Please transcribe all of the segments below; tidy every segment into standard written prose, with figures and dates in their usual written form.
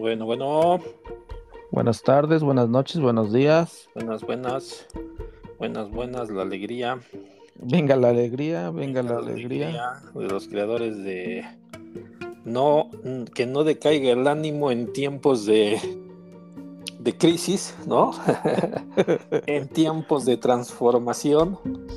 Bueno, Buenas tardes, buenas noches, buenos días. buenas, la alegría, Venga la alegría, venga venga la la alegría. alegría de los creadores de no, que no decaiga el ánimo en tiempos de crisis, ¿no? En tiempos de transformación.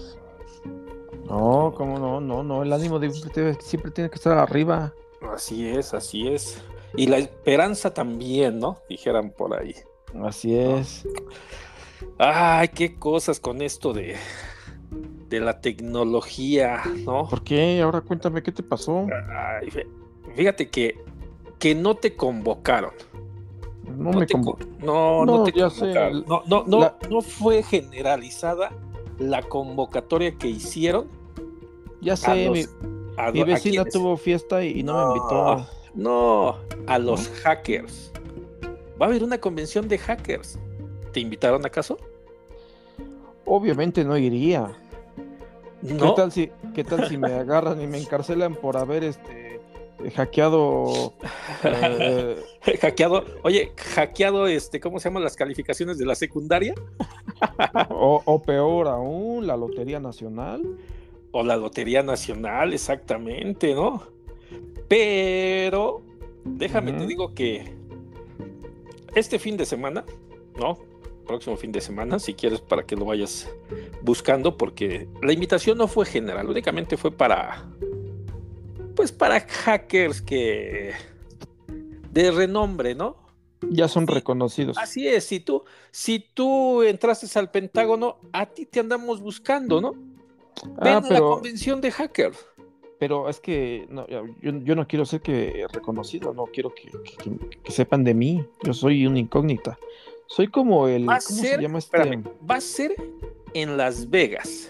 No, cómo no, no, el ánimo siempre tiene que estar arriba. Así es. Y la esperanza también, ¿no? Dijeran por ahí, Así ¿no? es. Ay, qué cosas con esto de la tecnología, ¿no? ¿Por qué? Ahora cuéntame qué te pasó. Ay, fíjate que no te convocaron. No me convo. No No, te ya sé. convocaron. La, No fue generalizada la convocatoria que hicieron ya a sé, los mi a vecina quienes. tuvo fiesta y no me No, invitó, no, a los ¿no? hackers. Va a haber una convención de hackers. ¿Te invitaron acaso? Obviamente no iría. No. Qué tal si me agarran y me encarcelan por haber hackeado eh, Hackeado, oye, hackeado ¿cómo se llaman las calificaciones de la secundaria? o peor aún, la Lotería Nacional? O la Lotería Nacional, exactamente, ¿no? Pero déjame te Ujú. digo que este fin de semana, ¿no? Próximo fin de semana, si quieres, para que lo vayas buscando, porque la invitación no fue general, únicamente fue pues para hackers que de renombre, ¿no? Ya son Sí, reconocidos. así es, si tú entraste al Pentágono, a ti te andamos buscando, ¿no? Ah, Ven a la convención de hackers. pero es que no, yo no quiero ser reconocido, no quiero que sepan de mí. Yo soy una incógnita. Soy como Va a ¿cómo se ser, llama espérame, va a ser en Las Vegas.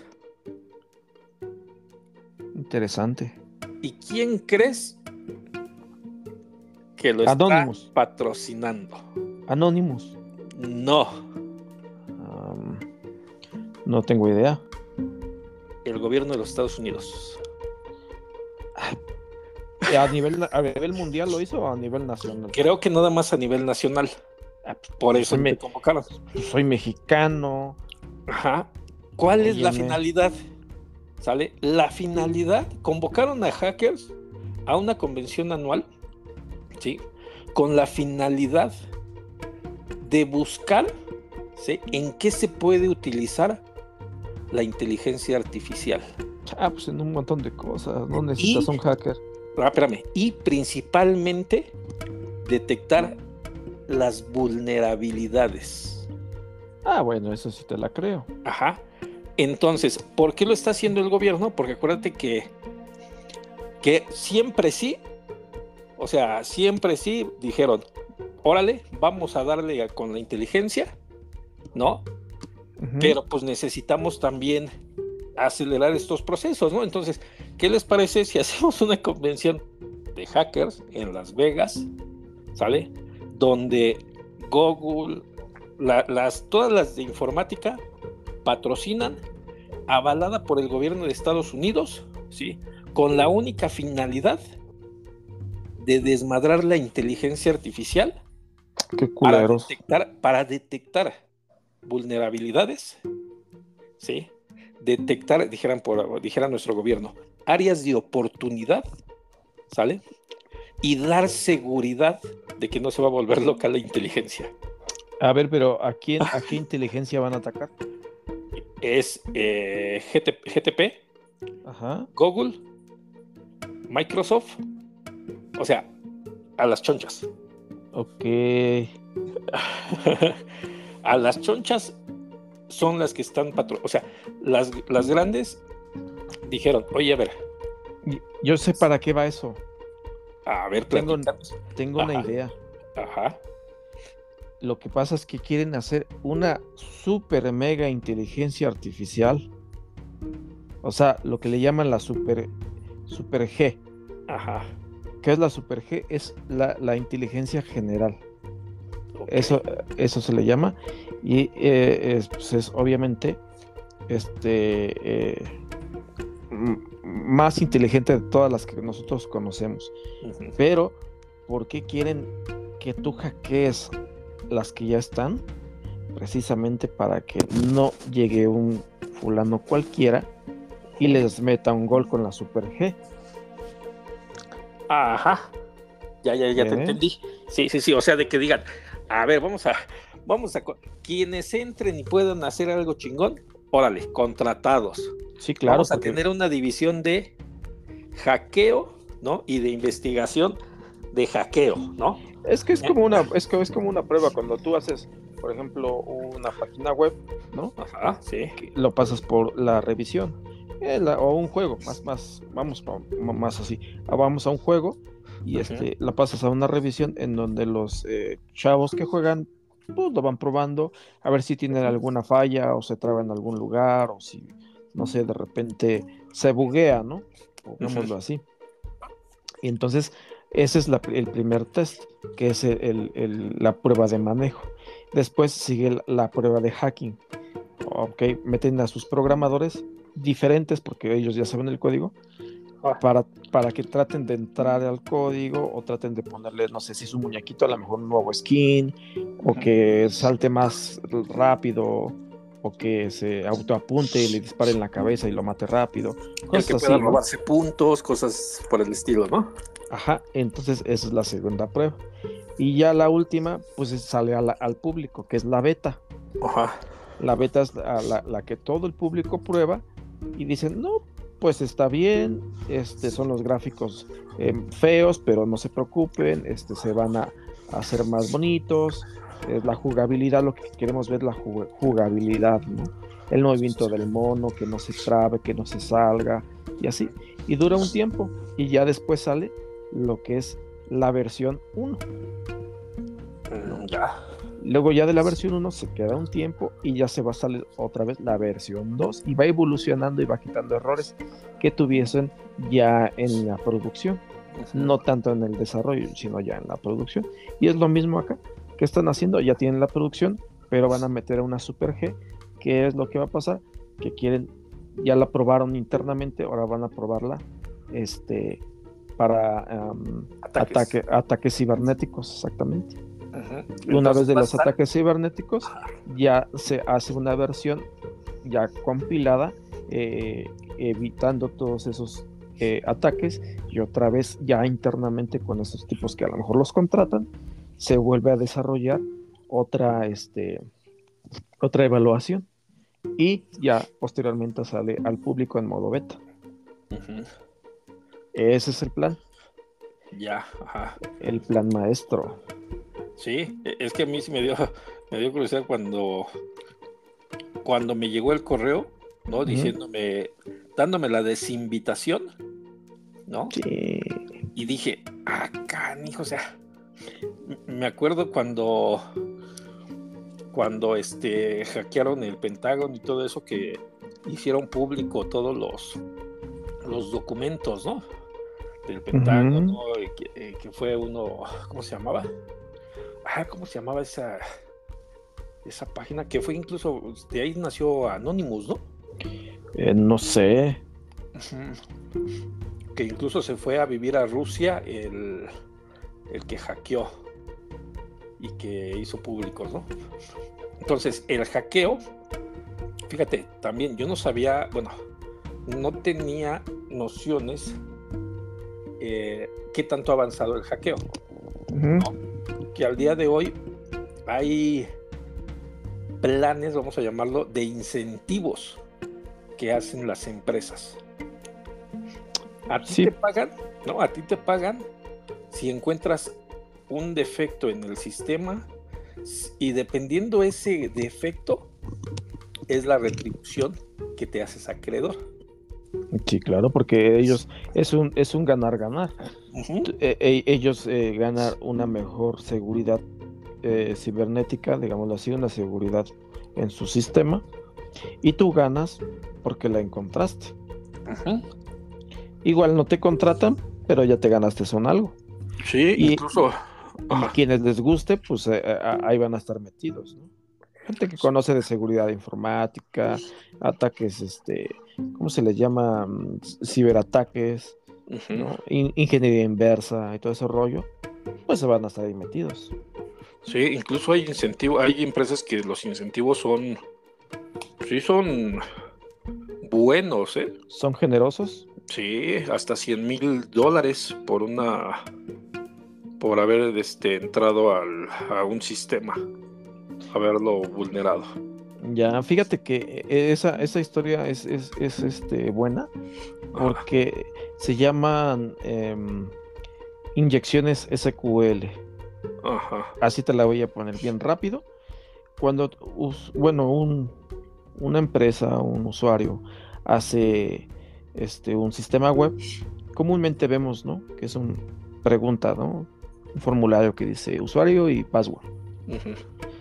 Interesante. ¿Y quién crees que lo está Anonymous, patrocinando? Anonymous. No, Am, no tengo idea. el gobierno de los Estados Unidos. A nivel mundial lo hizo o a nivel nacional? Creo que nada más a nivel nacional. Por Pues eso no te convocaron. pues soy mexicano. Ajá. ¿Cuál es la Óyeme. finalidad? ¿Sale? La finalidad, convocaron a hackers a una convención anual, ¿sí? Con la finalidad de buscar, ¿sí?, en qué se puede utilizar la inteligencia artificial. Pues en un montón de cosas. No necesitas Y, un hacker. espérame, y principalmente detectar las vulnerabilidades. Bueno, eso sí te la creo. Ajá. Entonces, ¿por qué lo está haciendo el gobierno? Porque acuérdate que siempre sí, o sea, siempre sí dijeron, órale, vamos a darle con la inteligencia, ¿no? Ujú. Pero pues necesitamos también acelerar estos procesos, ¿no? Entonces, ¿qué les parece si hacemos una convención de hackers en Las Vegas, ¿sale? Donde Google, todas las de informática patrocinan, avalada por el gobierno de Estados Unidos, ¿sí? Con la única finalidad de desmadrar la inteligencia artificial Qué culeros. para detectar vulnerabilidades, ¿sí? Detectar, dijera nuestro gobierno, áreas de oportunidad, ¿sale? Y dar seguridad de que no se va a volver loca la inteligencia. A ver, pero a qué inteligencia van a atacar? Es GTP, Ajá. Google, Microsoft, o sea, a las chonchas. Ok. A las chonchas son las que están o sea, las grandes dijeron, oye, Yo sé para qué va eso. a ver, Tengo, platícanos. tengo una Ajá, idea. ajá. Lo que pasa es que quieren hacer una super mega inteligencia artificial. O sea, lo que le llaman la super G. Ajá, ¿Qué es la super G? Es la inteligencia general. ok. Eso se le llama. Y pues es obviamente este más inteligente de todas las que nosotros conocemos. Uh-huh. Pero, ¿por qué quieren que tú hackees las que ya están, precisamente para que no llegue un fulano cualquiera y les meta un gol con la Super G. Ajá, ya te entendí. Sí, o sea, de que digan, a ver, quienes entren y puedan hacer algo chingón, órale, contratados. Sí, claro. Vamos a tener una división de hackeo, ¿no? Y de investigación de hackeo, ¿no? Es que es como una prueba cuando tú haces, por ejemplo, una página web, ¿no? Ajá, sí. Lo pasas por la revisión. O un juego, más así. Vamos a un juego y la pasas a una revisión en donde los chavos que juegan, pues lo van probando, a ver si tienen alguna falla o se traba en algún lugar o si, no sé, de repente se buguea, ¿no? Pongámoslo así. Y entonces ese es el primer test, que es la prueba de manejo. Después sigue la prueba de hacking. Ok, meten a sus programadores diferentes porque ellos ya saben el código para que traten de entrar al código o traten de ponerle, no sé si es un muñequito, a lo mejor un nuevo skin o que salte más rápido o que se autoapunte y le dispare en la cabeza y lo mate rápido. El que pueda robarse puntos, cosas por el estilo, ¿no? Ajá, entonces esa es la segunda prueba. Y ya la última, pues sale al público, que es la beta. Ajá. La beta es la que todo el público prueba y dicen, no, pues está bien, son los gráficos feos, pero no se preocupen, se van a hacer más bonitos, la jugabilidad, lo que queremos ver, la jugabilidad, ¿no? El movimiento del mono, que no se trabe, que no se salga, y así, y dura un tiempo, y ya después sale lo que es la versión 1. Ya. Luego ya de la versión 1 se queda un tiempo y ya se va a salir otra vez la versión 2 y va evolucionando y va quitando errores que tuviesen ya en la producción. No tanto en el desarrollo, sino ya en la producción. Y es lo mismo acá. ¿Qué están haciendo? Ya tienen la producción, pero van a meter a una Super G. ¿Qué es lo que va a pasar? Que quieren, ya la probaron internamente, ahora van a probarla para ataques cibernéticos, exactamente. Una vez de los ataques cibernéticos, ya se hace una versión ya compilada, evitando todos esos ataques, y otra vez ya internamente con esos tipos que a lo mejor los contratan, se vuelve a desarrollar otra evaluación y ya posteriormente sale al público en modo beta. Ese es el plan. Ya, ajá. El plan maestro. Sí, es que a mí sí me dio curiosidad cuando me llegó el correo, ¿no? Diciéndome, dándome la desinvitación, ¿no? Sí. Y dije, canijo, o sea, me acuerdo cuando hackearon el Pentágono y todo eso, que hicieron público todos los documentos, ¿no? Del Pentágono, que fue uno, ¿cómo se llamaba? ¿Cómo se llamaba esa página? Que fue incluso, de ahí nació Anonymous, ¿no? No sé. Que incluso se fue a vivir a Rusia el que hackeó y que hizo públicos, ¿no? Entonces, el hackeo, fíjate, también yo no sabía, bueno, no tenía nociones qué tanto ha avanzado el hackeo, ¿no? Que al día de hoy hay planes, vamos a llamarlo, de incentivos que hacen las empresas. A ti te pagan, ¿no? A ti te pagan si encuentras un defecto en el sistema, y dependiendo ese defecto es la retribución que te haces acreedor. Sí, claro, porque ellos es un ganar-ganar. Ellos ganan una mejor seguridad cibernética, digámoslo así, una seguridad en su sistema, y tú ganas porque la encontraste. Igual no te contratan, pero ya te ganaste son algo. Sí, incluso. Y quienes les guste, pues ahí van a estar metidos, ¿no? Gente que conoce de seguridad informática, ataques, ¿cómo se les llama? Ciberataques, ¿no? Ingeniería inversa y todo ese rollo. pues se van a estar ahí metidos. Sí, incluso hay empresas que los incentivos son buenos, ¿eh? ¿Son generosos? Sí, hasta $100,000 por haber entrado a un sistema, haberlo vulnerado. Ya, fíjate que esa historia es buena, porque se llaman inyecciones SQL. Ajá. Así te la voy a poner bien rápido. Cuando, una empresa, un usuario hace un sistema web, comúnmente vemos, ¿no? Que es una pregunta, ¿no? Un formulario que dice usuario y password. Uh-huh.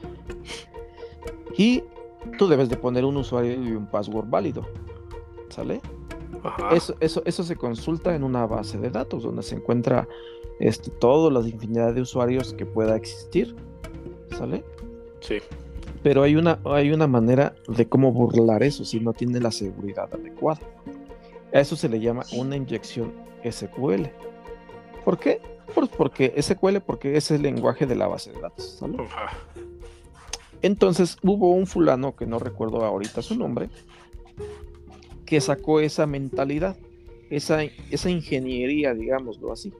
Y tú debes de poner un usuario y un password válido, ¿sale? Ajá. Eso se consulta en una base de datos donde se encuentra toda la infinidad de usuarios que pueda existir, ¿sale? Sí. Pero hay una manera de cómo burlar eso si no tiene la seguridad adecuada. A eso se le llama una inyección SQL. ¿Por qué? Porque SQL, porque es el lenguaje de la base de datos, ¿sale? Ajá. Entonces hubo un fulano, que no recuerdo ahorita su nombre, que sacó esa mentalidad, esa ingeniería, digámoslo así.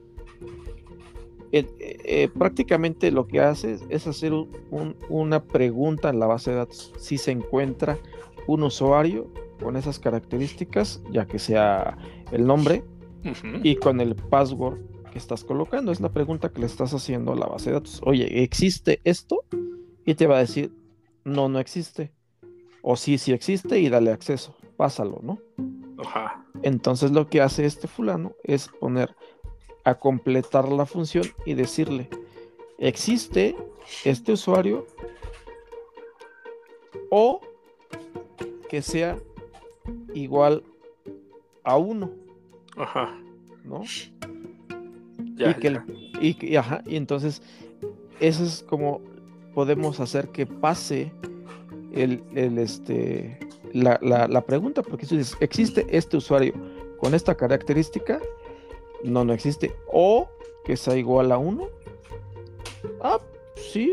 Prácticamente lo que hace es hacer una pregunta en la base de datos. Si se encuentra un usuario con esas características, ya que sea el nombre, uh-huh, y con el password que estás colocando, es la pregunta que le estás haciendo a la base de datos. Oye, ¿existe esto? Y te va a decir, no existe. O sí existe y dale acceso, pásalo, ¿no? Ajá. Entonces lo que hace este fulano es poner a completar la función y decirle, existe este usuario o que sea igual a 1, Ajá. ¿no? Ya, y entonces eso es como podemos hacer que pase la pregunta, porque si dices, ¿existe este usuario con esta característica? No existe. O que sea igual a 1. Ah, sí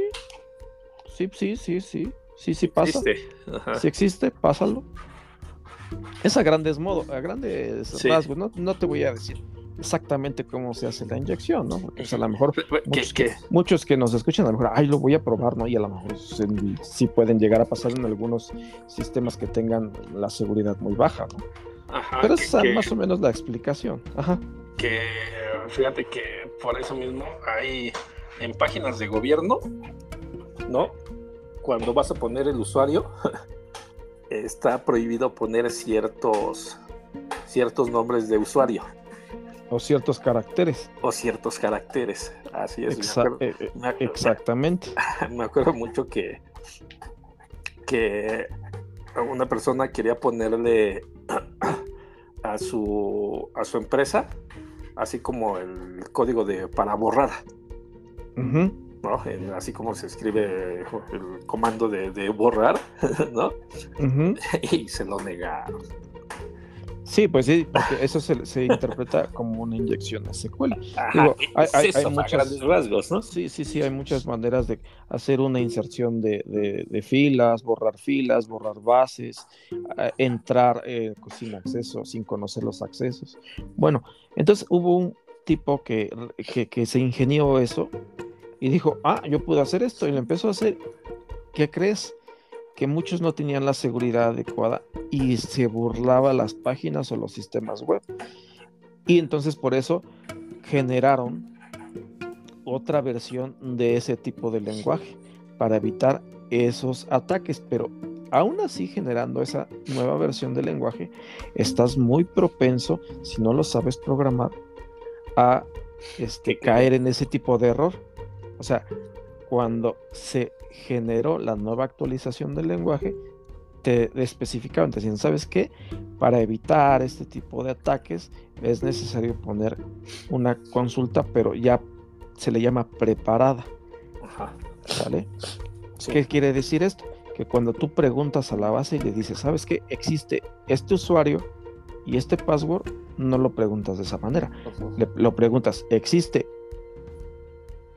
pasa. Ajá. Si existe, pásalo. Es a grandes rasgos. No te voy a decir exactamente cómo se hace la inyección, ¿no? Porque pues, a lo mejor muchos que nos escuchan, a lo mejor, lo voy a probar, ¿no? Y a lo mejor sí pueden llegar a pasar en algunos sistemas que tengan la seguridad muy baja, ¿no? Ajá, pero es más o menos la explicación. Ajá. Que fíjate que por eso mismo hay en páginas de gobierno, ¿no? Cuando vas a poner el usuario, está prohibido poner ciertos nombres de usuario. O ciertos caracteres. Así es. Exactamente. Me acuerdo mucho que una persona quería ponerle a su empresa así como el código para borrar. Uh-huh. ¿No? Así como se escribe el comando de borrar, ¿no? Uh-huh. Y se lo negaron. Sí, pues sí, porque eso se interpreta como una inyección SQL. Digo, hay muchos grandes rasgos, ¿no? Sí, hay muchas maneras de hacer una inserción de filas, borrar bases, entrar sin acceso, sin conocer los accesos. Bueno, entonces hubo un tipo que se ingenió eso y dijo, yo puedo hacer esto, y lo empezó a hacer. ¿Qué crees? Que muchos no tenían la seguridad adecuada y se burlaba las páginas o los sistemas web. Y entonces por eso generaron otra versión de ese tipo de lenguaje para evitar esos ataques, pero aún así generando esa nueva versión del lenguaje, estás muy propenso, si no lo sabes programar, a caer en ese tipo de error. O sea, cuando se generó la nueva actualización del lenguaje, te especificaban, te decían, ¿sabes qué? Para evitar este tipo de ataques es necesario poner una consulta, pero ya se le llama preparada. Ajá. ¿Vale? Sí. ¿Qué quiere decir esto? Que cuando tú preguntas a la base y le dices, ¿sabes qué? Existe este usuario y este password, no lo preguntas de esa manera. Uh-huh. Lo preguntas, ¿existe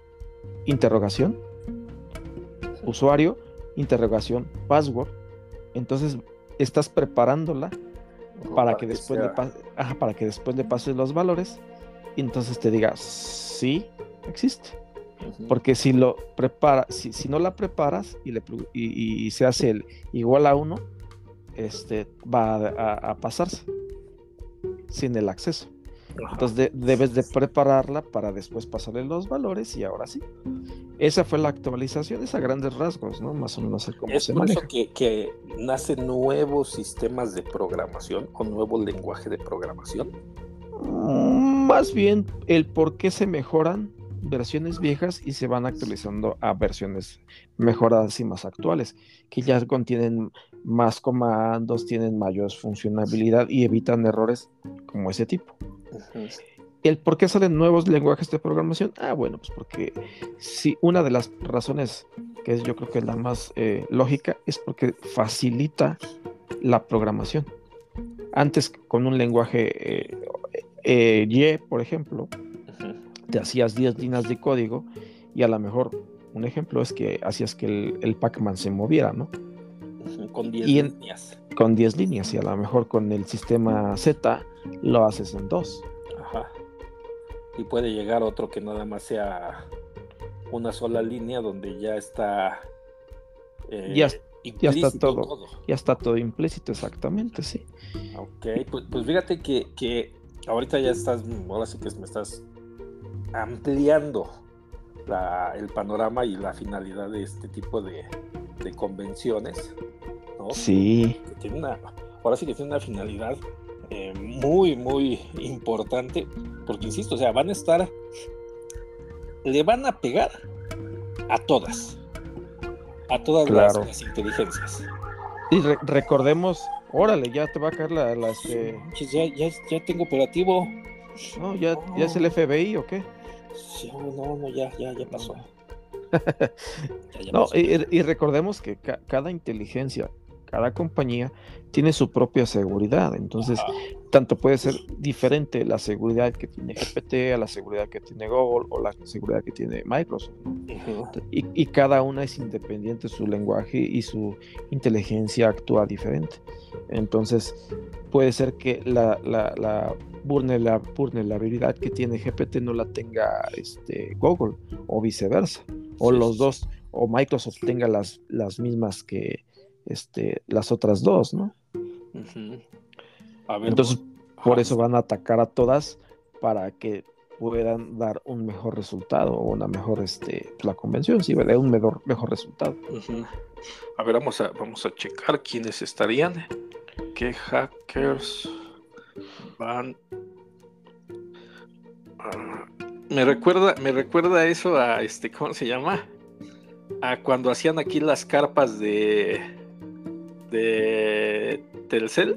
interrogación, usuario, interrogación, password. Entonces estás preparándola para que después para que después le pases los valores y entonces te diga sí existe. Porque si lo prepara, si no la preparas y se hace el igual a 1, va a pasarse sin el acceso. Entonces debes de prepararla para después pasarle los valores y ahora sí. Esa fue la actualización, es a grandes rasgos, ¿no? Más o menos cómo se maneja. Es por eso que nacen nuevos sistemas de programación o nuevo lenguaje de programación. Más bien el por qué se mejoran versiones viejas y se van actualizando a versiones mejoradas y más actuales, que ya contienen más comandos, tienen mayor funcionalidad y evitan errores como ese tipo. ¿El por qué salen nuevos lenguajes de programación? Bueno, pues porque sí, una de las razones que es yo creo que la más lógica es porque facilita la programación. Antes con un lenguaje Y, por ejemplo, te hacías 10 líneas de código y a lo mejor un ejemplo es que hacías que el Pac-Man se moviera, ¿no? Con 10 líneas. Con 10 líneas y a lo mejor con el sistema Z lo haces en 2. Ajá. Y puede llegar otro que nada más sea una sola línea donde ya está ya está todo. Ya está todo implícito, exactamente, sí. Ok, pues fíjate que ahorita ya ahora sí que me estás ampliando el panorama y la finalidad de este tipo de convenciones, ¿no? Sí. Ahora sí que tiene una finalidad muy, muy importante, porque insisto, o sea, le van a pegar a todas claro. las inteligencias. Y recordemos, órale, ya te va a caer ya tengo operativo. No, ya es el FBI o qué. Sí, no, ya pasó. Ya no, pasó. Y recordemos que cada inteligencia, cada compañía tiene su propia seguridad, entonces tanto puede ser diferente la seguridad que tiene GPT a la seguridad que tiene Google o la seguridad que tiene Microsoft, ¿no? Y cada una es independiente, su lenguaje y su inteligencia actúa diferente. Entonces puede ser que la vulnerabilidad que tiene GPT no la tenga Google o viceversa, o los dos, o Microsoft tenga las mismas que las otras dos, ¿no? Entonces por eso van a atacar a todas para que puedan dar un mejor resultado o una mejor la convención sí dé un mejor resultado. A ver, vamos a checar quiénes estarían, qué hackers van. Me recuerda eso a ¿cómo se llama? A cuando hacían aquí las carpas de Telcel.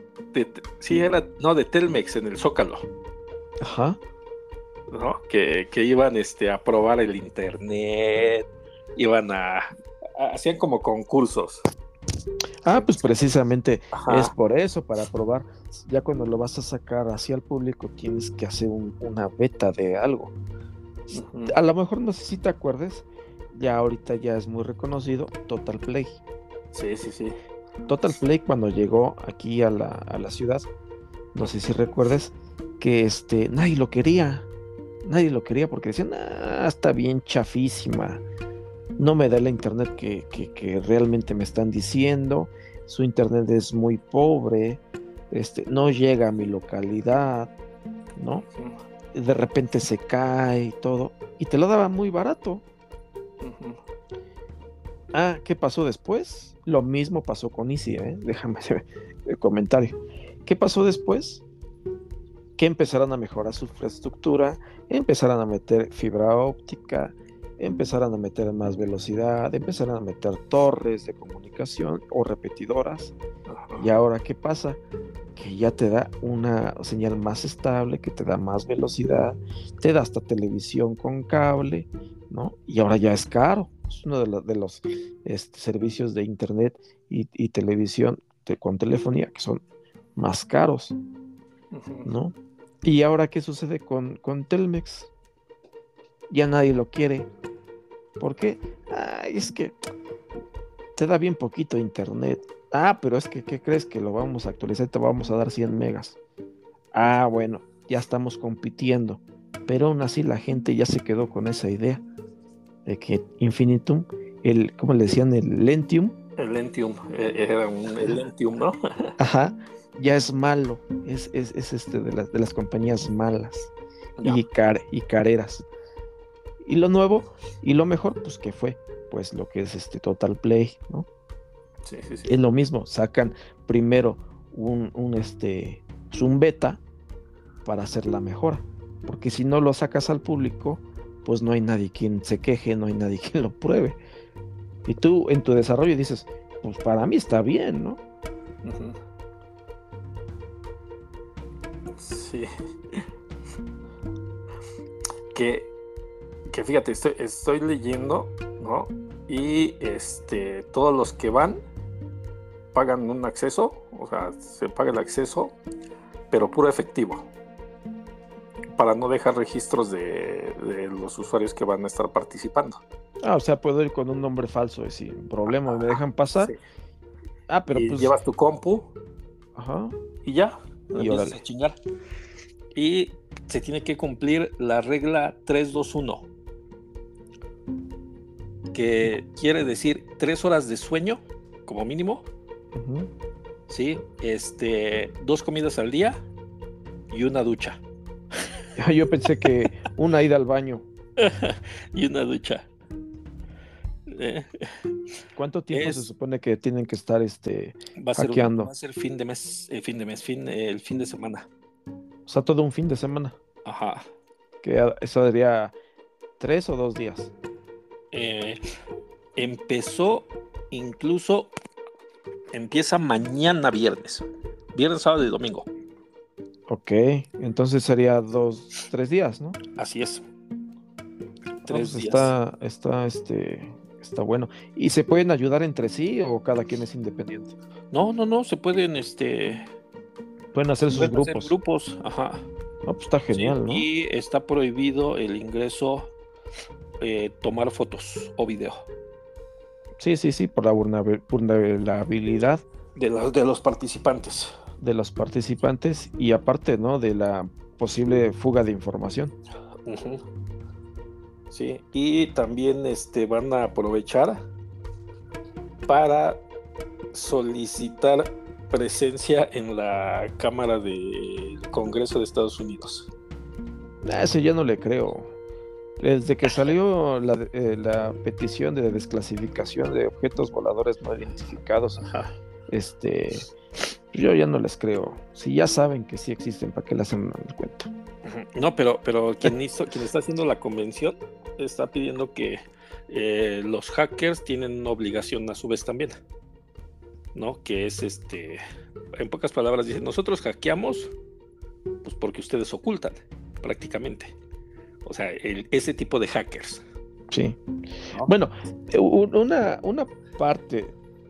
De Telmex en el Zócalo. Ajá. ¿No? Que iban a probar el internet, hacían como concursos. Pues precisamente es por eso, para probar. Ya cuando lo vas a sacar hacia el público tienes que hacer una beta de algo. A lo mejor no sé si te acuerdes, ya ahorita ya es muy reconocido Total Play. Sí. Total Play cuando llegó aquí a la ciudad, no sé si recuerdes que nadie lo quería porque decían, está bien chafísima, no me da la internet que realmente me están diciendo, su internet es muy pobre, no llega a mi localidad, ¿no? De repente se cae y todo, y te lo daba muy barato. ¿Qué pasó después? Lo mismo pasó con Easy, déjame el comentario. ¿Qué pasó después? Que empezaron a mejorar su infraestructura, empezaron a meter fibra óptica, empezaron a meter más velocidad, empezaron a meter torres de comunicación o repetidoras. Y ahora, ¿qué pasa? Que ya te da una señal más estable, que te da más velocidad, te da hasta televisión con cable, ¿no? Y ahora ya es caro. Es uno de los servicios de internet y televisión con telefonía que son más caros, ¿no? ¿Y ahora qué sucede con Telmex? Ya nadie lo quiere. ¿Por qué? Es que te da bien poquito internet. Pero es que, ¿qué crees? Que lo vamos a actualizar y te vamos a dar 100 megas. Bueno, ya estamos compitiendo. Pero aún así la gente ya se quedó con esa idea de que Infinitum, ¿cómo le decían? El Lentium, El Lentium, el Lentium, ¿no? ajá, ya es malo. Es de las compañías malas Ya, y careras. Y lo nuevo y lo mejor, pues, ¿qué fue? Pues lo que es Total Play, ¿no? sí, sí, sí. Es lo mismo, sacan primero pues, un beta para hacer la mejora, porque si no lo sacas al público, pues no hay nadie quien se queje, no hay nadie quien lo pruebe. Y tú en tu desarrollo dices, pues para mí está bien, ¿no? Ujú. Sí. Que, que fíjate, estoy leyendo, ¿no? Y todos los que van pagan un acceso, o sea, se paga el acceso, pero puro efectivo, para no dejar registros de los usuarios que van a estar participando. O sea, puedo ir con un nombre falso y sin problema, me dejan pasar. Sí. Pero Y pues, llevas tu compu ajá, y ya, y empiezas órale. a chingar. Y se tiene que cumplir la regla 3-2-1, que quiere decir 3 horas de sueño como mínimo, Ujú. ¿sí? 2 comidas al día y una ducha. Yo pensé que una ida al baño. Y una ducha. Eh, ¿Cuánto tiempo se es, supone que tienen que estar hackeando? va a ser fin de mes, el fin de semana. O sea, todo un fin de semana. Ajá. Eso sería 3 o 2 días. Eh, empezó, incluso empieza mañana viernes. Viernes, sábado y domingo. Ok, entonces sería 2, 3 días, ¿no? Así es. Pues 3 días. está bueno. ¿Y se pueden ayudar entre sí o cada quien es independiente? No, no, no, se pueden, Pueden hacer sus hacer grupos. grupos. Ajá. No, pues está Sí, genial, ¿no? y está prohibido el ingreso, tomar fotos o video Sí, sí, sí, por la vulnerabilidad de los participantes. de los participantes y aparte, ¿no? De la posible fuga de información. Ujú. Sí, y también van a aprovechar para solicitar presencia en la Cámara del Congreso de Estados Unidos. Ese ya no le creo. Desde que salió la petición de desclasificación de objetos voladores no identificados, Ajá. yo ya no les creo. Si ya saben que sí existen, ¿para qué le hacen el cuento? No, pero quien está haciendo la convención está pidiendo que los hackers tienen una obligación a su vez también, ¿no? Que es en pocas palabras dice, nosotros hackeamos pues porque ustedes ocultan, prácticamente. O sea, ese tipo de hackers, Sí. ¿no? Bueno, una parte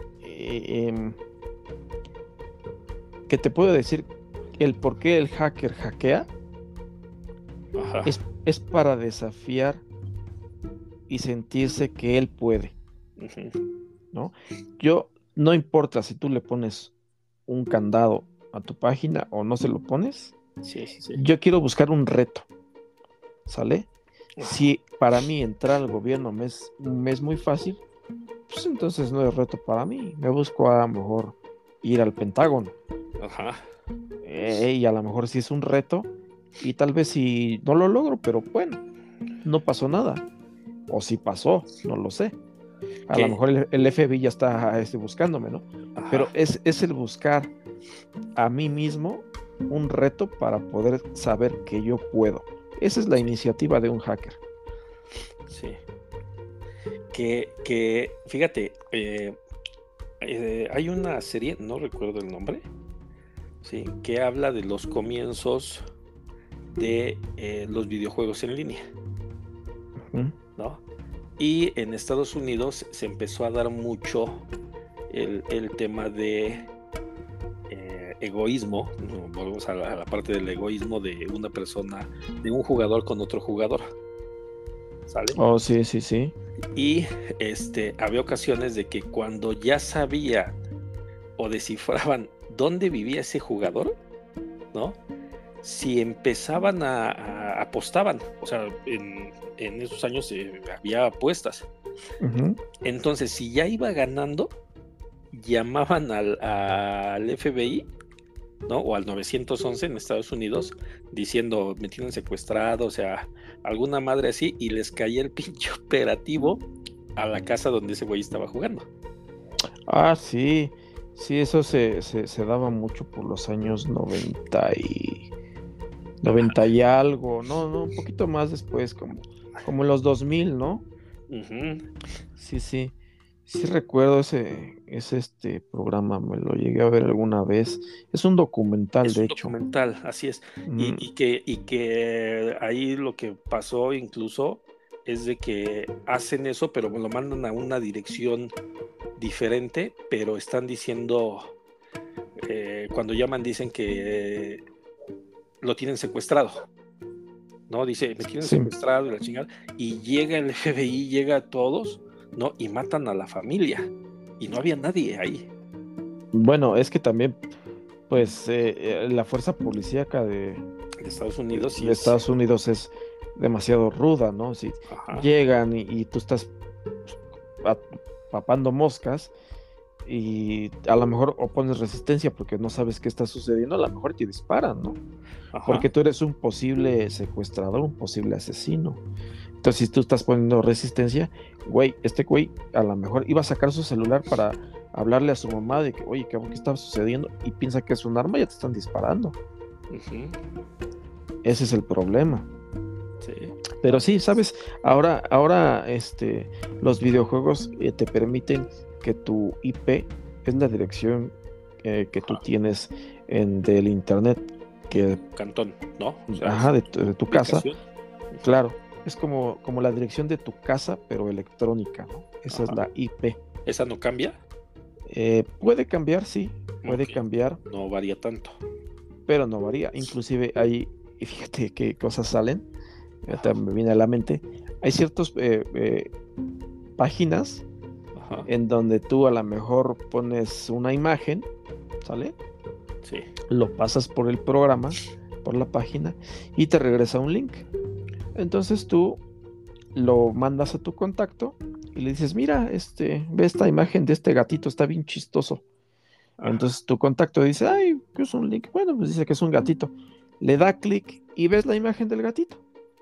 que te puedo decir el por qué el hacker hackea Ajá. es para desafiar y sentirse que él puede, Uh-huh. ¿no? No importa si tú le pones un candado a tu página o no se lo pones, Sí, sí, sí. yo quiero buscar un reto, ¿sale? Ajá. Si para mí entrar al gobierno me es muy fácil, pues entonces no es reto para mí. Me busco a lo mejor ir al Pentágono. Ajá. Y a lo mejor sí es un reto y tal vez si no lo logro, pero bueno, no pasó nada. O si pasó, no lo sé. A lo mejor el FBI ya está buscándome, ¿no? Ajá. Pero es el buscar a mí mismo un reto para poder saber que yo puedo. Esa es la iniciativa de un hacker. Sí. Que fíjate, hay una serie, no recuerdo el nombre, sí, que habla de los comienzos de los videojuegos en línea, ¿no? Y en Estados Unidos se empezó a dar mucho el tema de egoísmo, ¿no? Volvemos a la parte del egoísmo de una persona, de un jugador con otro jugador, ¿sale? Oh, sí, sí, sí. Y había ocasiones de que cuando ya sabía o descifraban dónde vivía ese jugador, ¿no? Si empezaban apostaban, o sea, en esos años había apuestas. Ujú. Entonces, si ya iba ganando, llamaban al FBI, ¿no? O al 911 en Estados Unidos, diciendo, me tienen secuestrado, o sea, alguna madre así, y les caía el pinche operativo a la casa donde ese güey estaba jugando. Ah, sí, sí, eso se daba mucho por los años 90 y algo, no, un poquito más después, como en los 2000, ¿no? Uh-huh. Sí, sí, sí recuerdo ese programa, me lo llegué a ver alguna vez. Es un documental, Es de un hecho. documental, así es. Mm, Y que ahí lo que pasó incluso es de que hacen eso, pero lo mandan a una dirección diferente, pero están diciendo, cuando llaman dicen que lo tienen secuestrado, ¿no? Dice, me tienen sí, secuestrado y la chingada, y llega el FBI, llega a todos, ¿no? Y matan a la familia, y no había nadie ahí. bueno, es que también, pues, la fuerza policíaca De Estados Unidos sí de es, Estados Unidos es demasiado ruda, ¿no? Si ajá, llegan y tú estás pa- papando moscas y a lo mejor opones resistencia porque no sabes qué está sucediendo, a lo mejor te disparan, ¿no? ajá, Porque tú eres un posible secuestrador, un posible asesino. Entonces, si tú estás poniendo resistencia, güey, este güey a lo mejor iba a sacar su celular para hablarle a su mamá de que, oye, ¿qué está sucediendo? Y piensa que es un arma y ya te están disparando. uh-huh, Ese es el problema. sí, Pero así sí, es. sabes, ahora los videojuegos te permiten que tu IP es la dirección que tú Ajá. tienes del internet, que, Cantón, ¿no? O sea, es ajá, de tu casa. ubicación. Claro, es como la dirección de tu casa, pero electrónica, ¿no? Esa es Ajá. la IP. ¿Esa no cambia? Puede cambiar, sí, puede Ok, cambiar, no varía tanto. pero no varía. Inclusive hay, y fíjate qué cosas salen, ahorita Ajá, me viene a la mente, hay ciertas páginas ajá, en donde tú a lo mejor pones una imagen, ¿sale? sí. Lo pasas por el programa, por la página, y te regresa un link. Entonces tú lo mandas a tu contacto y le dices, mira, ve esta imagen de este gatito, está bien chistoso. Ajá, Entonces tu contacto dice, ay, ¿qué es un link? Bueno, pues dice que es un gatito. Le da clic y ves la imagen del gatito.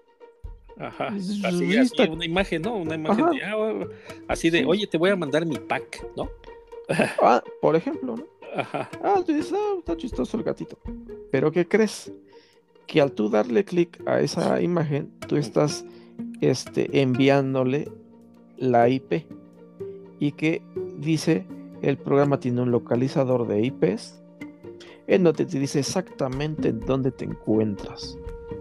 Y ajá. dices, Así, sí, así, está, una imagen, ¿no? Una imagen ajá, de, así de, sí. oye, te voy a mandar mi pack, ¿no? Ah, por ejemplo, ¿no? Ajá, Ah, tú dices, ah, está chistoso el gatito. Pero ¿qué crees? Que al tú darle clic a esa imagen, tú estás enviándole la IP y que dice, el programa tiene un localizador de IPs en donde te dice exactamente en dónde te encuentras.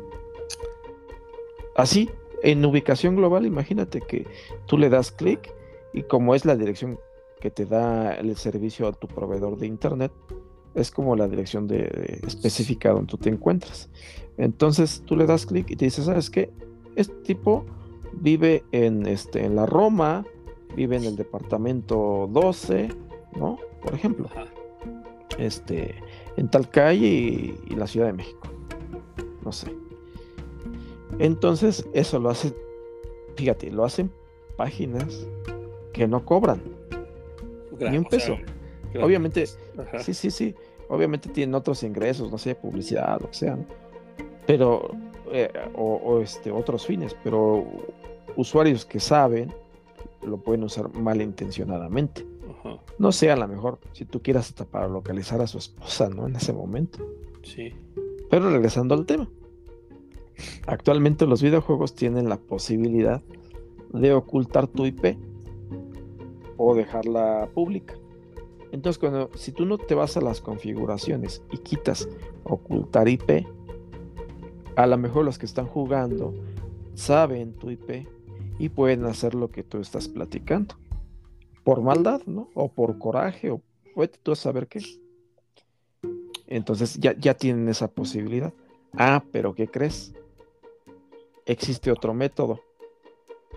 Así, en ubicación global, imagínate que tú le das clic y como es la dirección que te da el servicio a tu proveedor de internet, es como la dirección específica donde tú te encuentras. Entonces tú le das clic y te dice, ¿sabes qué? Este tipo vive en la Roma, vive en el departamento 12, ¿no? Por ejemplo, ajá. este, en tal calle y la Ciudad de México, no sé. Entonces eso lo hace, fíjate, lo hacen páginas que no cobran ni un O sea, peso. Obviamente, gratuitas. Ajá, sí, sí, sí. Obviamente tienen otros ingresos, no sé, publicidad, lo que sea, ¿no? Pero, otros fines, pero usuarios que saben lo pueden usar malintencionadamente. ajá, No sé, a lo mejor, si tú quieras hasta para localizar a su esposa, ¿no? En ese momento. sí. Pero regresando al tema, actualmente los videojuegos tienen la posibilidad de ocultar tu IP o dejarla pública. Entonces, si tú no te vas a las configuraciones y quitas ocultar IP, a lo mejor los que están jugando saben tu IP y pueden hacer lo que tú estás platicando. Por maldad, ¿no? O por coraje, o vete tú a saber qué. Entonces ya tienen esa posibilidad. Ah, pero ¿qué crees? Existe otro método.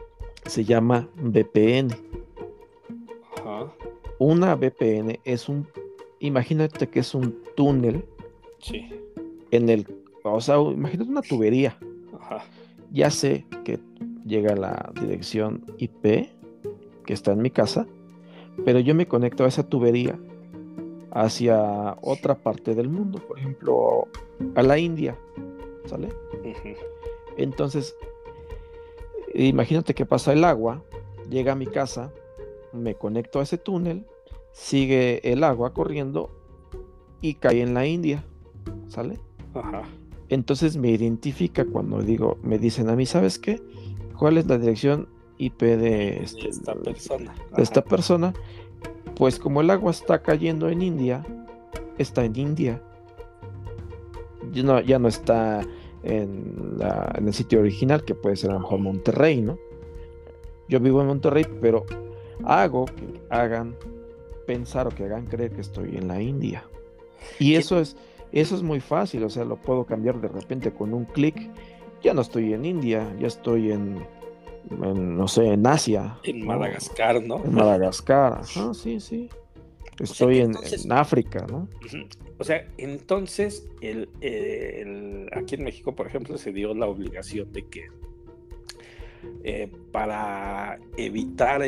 se llama VPN. Ajá. Una VPN imagínate que es un túnel Sí. o sea, imagínate una tubería. Ajá. Ya sé que llega a la dirección IP que está en mi casa, pero yo me conecto a esa tubería hacia otra parte del mundo, por ejemplo, a la India, ¿sale? Ujú. Entonces, imagínate que pasa el agua, llega a mi casa, me conecto a ese túnel, sigue el agua corriendo y cae en la India, ¿sale? Ajá. Entonces me identifica cuando me dicen a mí, ¿sabes qué? ¿Cuál es la dirección IP De esta persona. de Ajá. esta persona? Pues como el agua está cayendo en India, está en India. Ya no está en el sitio original, que puede ser a lo mejor Monterrey, ¿no? Yo vivo en Monterrey, pero hago que hagan pensar o que hagan creer que estoy en la India. Y ¿Quién? eso es muy fácil, o sea, lo puedo cambiar de repente con un clic. Ya no estoy en India, ya estoy no sé, en Asia, En ¿no? Madagascar, ¿no? En Madagascar, ajá, sí, sí. O sea Estoy que en entonces, África, ¿no? ujú. O sea, entonces aquí en México, por ejemplo, se dio la obligación de que para evitar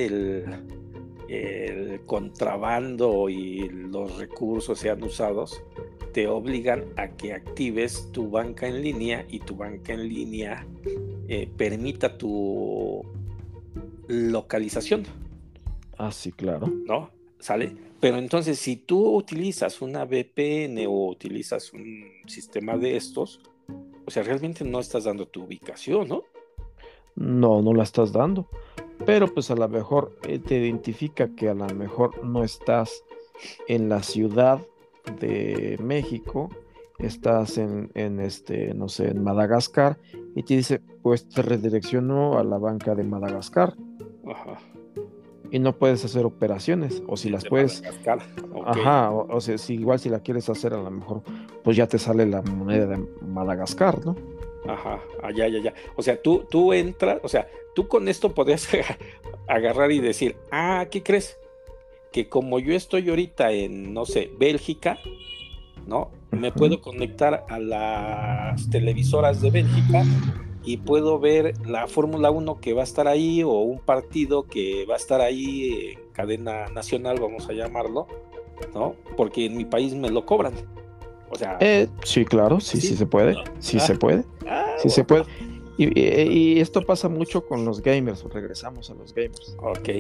el contrabando y los recursos sean usados, te obligan a que actives tu banca en línea y tu banca en línea permita tu localización, Ah, sí, claro. ¿no? ¿Sale? Pero entonces, si tú utilizas una VPN o utilizas un sistema de estos, o sea, realmente no estás dando tu ubicación, ¿no? No, no la estás dando. Pero pues a lo mejor te identifica que a lo mejor no estás en la ciudad de México, estás no sé, en Madagascar, y te dice, pues te redirecciono a la banca de Madagascar Ajá. y no puedes hacer operaciones, o si las Desde puedes, Madagascar, ok. ajá, o sea, si igual si la quieres hacer a lo mejor, pues ya te sale la moneda de Madagascar, ¿no? Ajá, allá, ya, ya. O sea, tú entras, o sea, tú con esto podrías agarrar y decir, ah, ¿qué crees? Que como yo estoy ahorita en, no sé, Bélgica, ¿no? Me Ujú. puedo conectar a las televisoras de Bélgica y puedo ver la Fórmula 1 que va a estar ahí o un partido que va a estar ahí en cadena nacional, vamos a llamarlo, ¿no? Porque en mi país me lo cobran. O sea, Sí, claro, sí, sí así, se puede, ¿no? sí se puede, sí se puede. Bueno. Y esto pasa mucho con los gamers, regresamos a los gamers. Ok.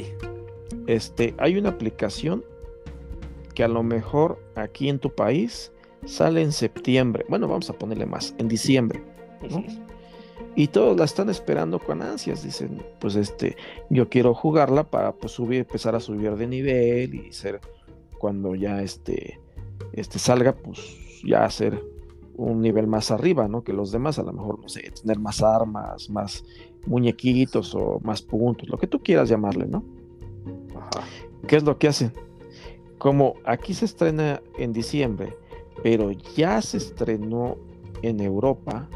Hay una aplicación que a lo mejor aquí en tu país sale en septiembre, bueno, vamos a ponerle más, en diciembre, ¿no? Ujú. Y todos la están esperando con ansias, dicen, pues yo quiero jugarla para pues empezar a subir de nivel y ser cuando ya salga, pues ya hacer un nivel más arriba, ¿no? Que los demás, a lo mejor, no sé, tener más armas, más muñequitos o más puntos, lo que tú quieras llamarle, ¿no? Ajá. ¿Qué es lo que hacen? Como aquí se estrena en diciembre, pero ya se estrenó en Europa,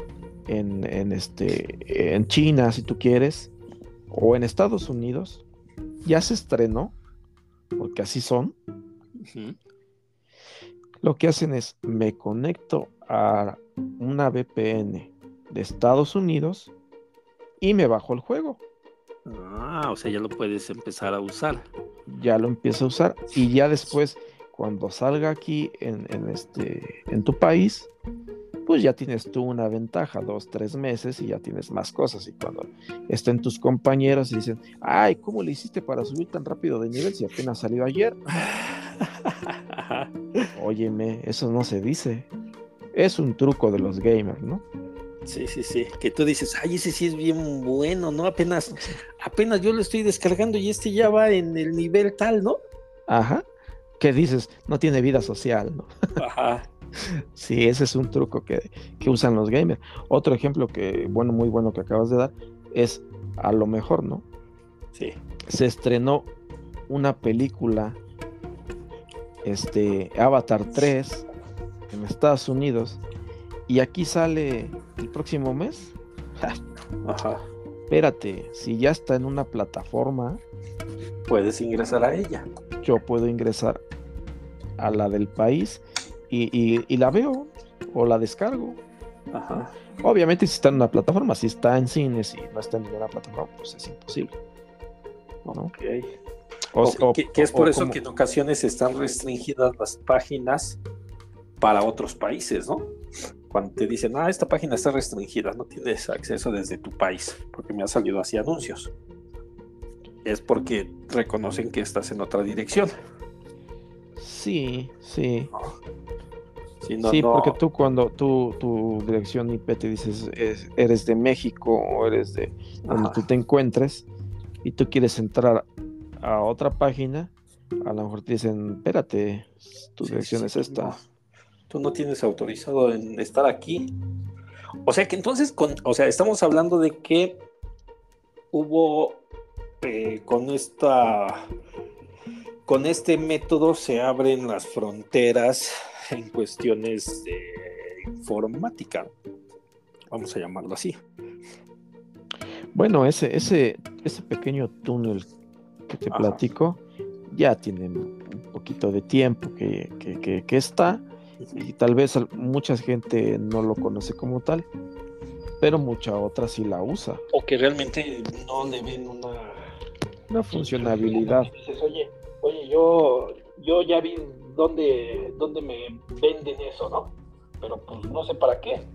en China, si tú quieres, o en Estados Unidos, ya se estrenó, porque así son. Ujú. Lo que hacen es, me conecto a una VPN de Estados Unidos y me bajo el juego. Ah, o sea, ya lo puedes empezar a usar. Ya lo empiezo a usar y ya después, cuando salga aquí en tu país, pues ya tienes tú una ventaja, 2, 3 meses y ya tienes más cosas. Y cuando estén tus compañeros y dicen, ay, ¿cómo le hiciste para subir tan rápido de nivel si apenas salió ayer? Ajá. Óyeme, eso no se dice. Es un truco de los gamers, ¿no? Sí, sí, sí. Que tú dices, ay, ese sí es bien bueno, ¿no? Apenas, O sea, apenas yo lo estoy descargando y este ya va en el nivel tal, ¿no? ajá. ¿Qué dices? No tiene vida social, ¿no? Ajá. Sí, ese es un truco que usan los gamers. Otro ejemplo bueno, muy bueno que acabas de dar es, a lo mejor, ¿no? Sí. Se estrenó una película, Avatar 3 en Estados Unidos y aquí sale el próximo mes. Ajá. espérate, si ya está en una plataforma, Puedes ingresar a ella. yo puedo ingresar a la del país y la veo o la descargo. Ajá. Obviamente si está en una plataforma, si está en cines y no está en ninguna plataforma, pues es imposible, ¿no? Ok. O, Que es por eso como, que en ocasiones están restringidas las páginas para otros países, ¿no? Cuando te dicen, esta página está restringida, no tienes acceso desde tu país, porque me ha salido así anuncios. Es porque reconocen que estás en otra dirección. sí, Si no, sí, porque no. tú cuando tu dirección IP te dices eres de México o eres de donde Ajá. tú te encuentres y tú quieres entrar a otra página, a lo mejor te dicen, espérate, tu dirección Sí, es esta. tú no tienes autorizado en estar aquí. O sea que entonces, estamos hablando de que hubo con con este método se abren las fronteras en cuestiones de informática, vamos a llamarlo así. Bueno, ese pequeño túnel que te Ajá. platico ya tiene un poquito de tiempo que está y tal vez mucha gente no lo conoce como tal, pero mucha otra sí la usa. O que realmente no le ven Una funcionalidad, ¿no? funcionalidad. Y dices, oye, yo ya vi dónde me venden eso, ¿no? Pero pues no sé para qué.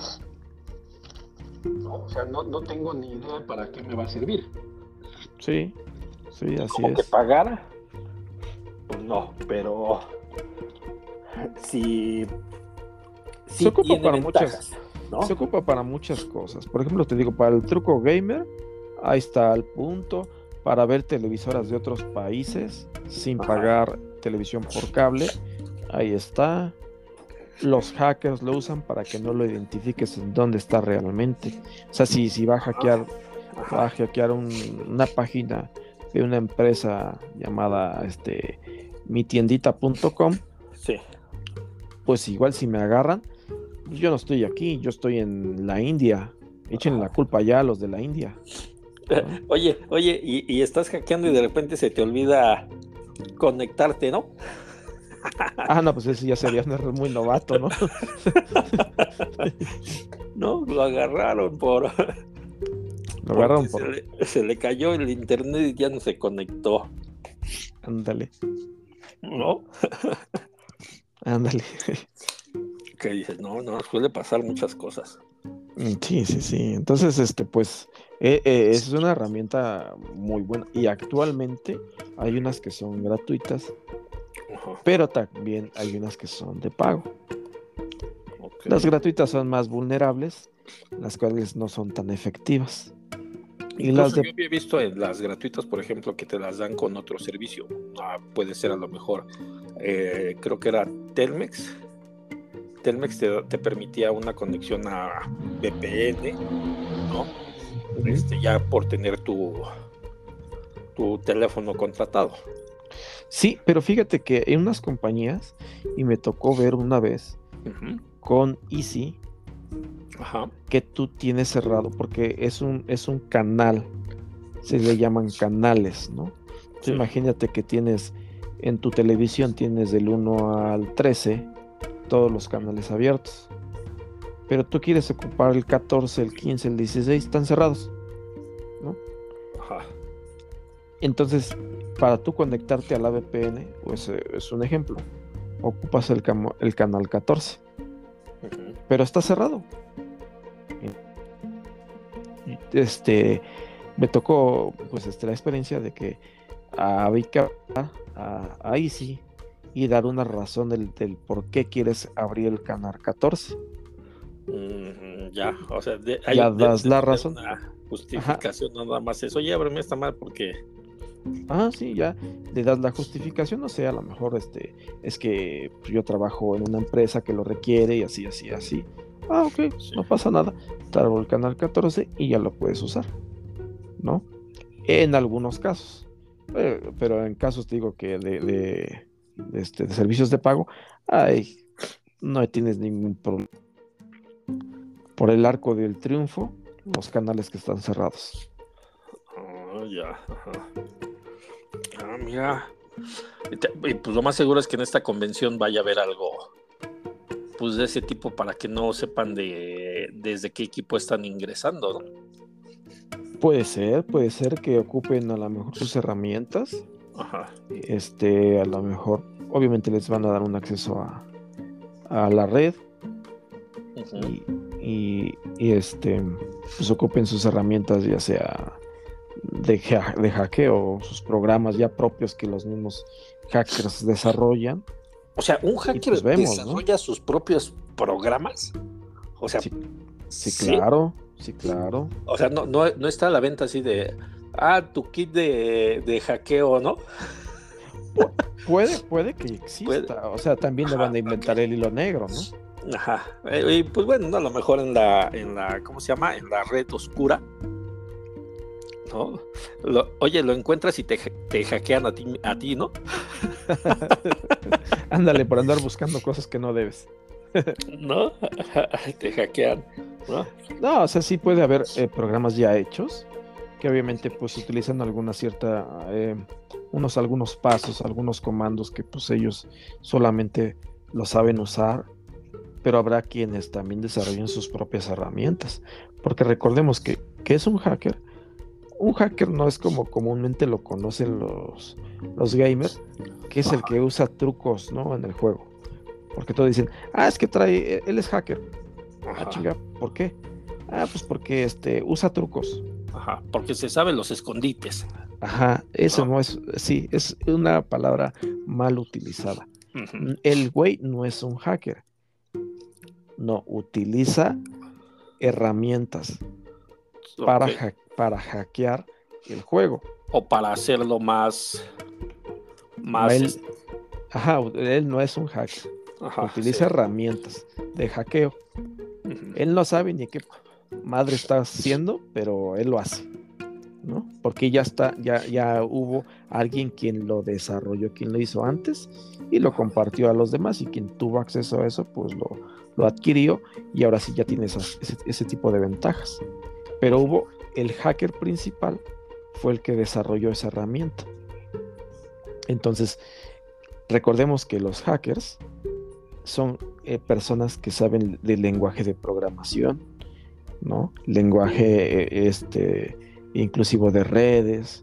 ¿No? O sea, no tengo ni idea para qué me va a servir. Sí, sí, así Como que es. pagara, pues no, pero sí, Se sí ocupa tiene para muchas, ventajas, ¿no? se ocupa para muchas cosas. Por ejemplo, te digo, para el truco gamer, ahí está el punto. Para ver televisoras de otros países sin Ajá. pagar televisión por cable, ahí está. Los hackers lo usan para que no lo identifiques en dónde está realmente. O sea, si va a Ajá. hackear una página de una empresa llamada mitiendita.com, Sí. pues igual si me agarran, pues yo no estoy aquí, yo estoy en la India. Échenle la Ajá. culpa ya a los de la India, ¿no? Oye, y estás hackeando y de repente se te olvida conectarte, ¿no? Ah, no, pues ese ya sería un error muy novato, ¿no? No, lo agarraron Lo porque agarraron por... se le cayó el internet y ya no se conectó, Ándale, ¿no? ándale. Que dices, no, suele pasar muchas cosas. Sí, sí, sí. Entonces, pues, es una herramienta muy buena. Y actualmente hay unas que son gratuitas, Ajá. pero también hay unas que son de pago. Ok. Las gratuitas son más vulnerables, las cuales no son tan efectivas. Y las Incluso yo de... había visto en las gratuitas, por ejemplo, que te las dan con otro servicio. Puede ser a lo mejor, creo que era Telmex. Telmex te permitía una conexión a VPN, ¿no? Ya por tener tu teléfono contratado. Sí, pero fíjate que en unas compañías, y me tocó ver una vez Uh-huh. con Easy, Ajá. que tú tienes cerrado, porque es un canal, se le llaman canales, ¿no? Tú Sí. imagínate que tienes en tu televisión, tienes del 1 al 13 todos los canales abiertos, pero tú quieres ocupar el 14, el 15, el 16, están cerrados, ¿no? Ajá. Entonces, para tú conectarte a la VPN, pues es un ejemplo, ocupas el canal 14, Uh-huh. pero está cerrado. Me tocó pues la experiencia de que había que hablar a Easy y dar una razón del por qué quieres abrir el canal 14. Ya, o sea, Ya debe das de la tener razón. una Ajá. justificación, no nada más eso. Oye, ábreme esta mal porque. Sí, ya le das la justificación, no sé, a lo mejor es que yo trabajo en una empresa que lo requiere y así, así, así. Ok, Sí. no pasa nada. Te abro el canal 14 y ya lo puedes usar, ¿no? En algunos casos. Pero en casos, te digo que de servicios de pago, ay, no tienes ningún problema. Por el arco del triunfo, los canales que están cerrados. ya. Ajá. Ah, mira. Y pues lo más seguro es que en esta convención vaya a haber algo, pues de ese tipo, para que no sepan desde qué equipo están ingresando, ¿no? Puede ser que ocupen a lo mejor sus herramientas. Ajá. A lo mejor, obviamente les van a dar un acceso a la red Uh-huh. pues ocupen sus herramientas, ya sea de hackeo, sus programas ya propios que los mismos hackers desarrollan. O sea, un Y hacker pues vemos, ¿no? desarrolla sus propios programas. O sea, Sí, sí, sí. claro. O sea, no está a la venta así de, tu kit de hackeo, ¿no? Puede que Puede. exista, o sea, también le Ajá, van a inventar el hilo negro, ¿no? Ajá. Y pues bueno, ¿no? A lo mejor en la, ¿cómo se llama? En la red oscura, ¿no? Oye, lo encuentras y te hackean a ti, ¿no? Ándale, por andar buscando cosas que no debes. ¿No? Te hackean, ¿no? No, o sea, sí puede haber programas ya hechos que obviamente pues utilizan algunos pasos, algunos comandos que pues ellos solamente lo saben usar, pero habrá quienes también desarrollen sus propias herramientas, porque recordemos que es un hacker. Un hacker no es como comúnmente lo conocen los gamers, que es el que usa trucos, ¿no? En el juego. Porque todos dicen, es que él es hacker. Ajá. Chinga, ¿por qué? Pues porque usa trucos. Ajá, porque se saben los escondites. Ajá, eso ¿no? no es, sí, es una palabra mal utilizada. Uh-huh. El güey no es un hacker. No, utiliza herramientas Okay. para hackear el juego. O para hacerlo más Él, él no es un hacker. Ajá, Utiliza sí. herramientas de hackeo. Uh-huh. Él no sabe ni qué madre está haciendo, pero él lo hace, ¿no? Porque ya hubo alguien quien lo desarrolló, quien lo hizo antes y lo compartió a los demás, y quien tuvo acceso a eso, pues lo adquirió, y ahora sí ya tiene ese tipo de ventajas. Pero hubo el hacker principal, fue el que desarrolló esa herramienta. Entonces, recordemos que los hackers son personas que saben del lenguaje de programación, ¿no? Lenguaje inclusivo de redes,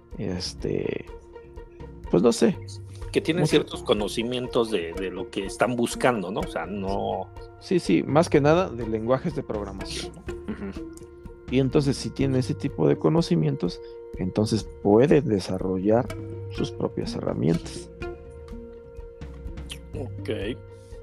pues no sé. Que tienen ciertos conocimientos de lo que están buscando, ¿no? O sea, no. Sí, más que nada de lenguajes de programación, ¿no? Uh-huh. Y entonces, si tiene ese tipo de conocimientos, entonces puede desarrollar sus propias herramientas. Ok,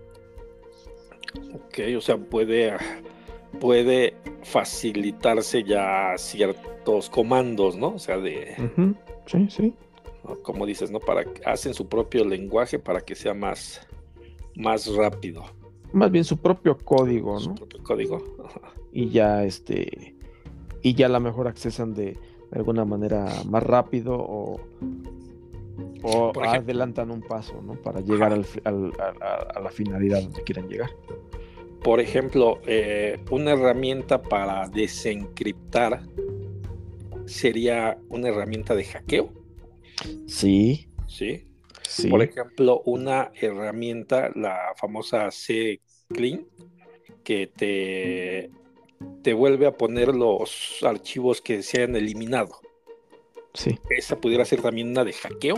o sea, puede facilitarse ya ciertos comandos, ¿no? O sea, Uh-huh. Sí. ¿no? Como dices, ¿no? Hacen su propio lenguaje para que sea más rápido. Más bien su propio código, ¿no? Su propio código. Ajá. Y ya a lo mejor accesan de alguna manera más rápido, o adelantan un paso, ¿no? Para llegar a la finalidad donde quieran llegar. Por ejemplo, una herramienta para desencriptar sería una herramienta de hackeo. Sí. Por ejemplo, una herramienta, la famosa CClean, que te vuelve a poner los archivos que se han eliminado. Sí. ¿Esa pudiera ser también una de hackeo?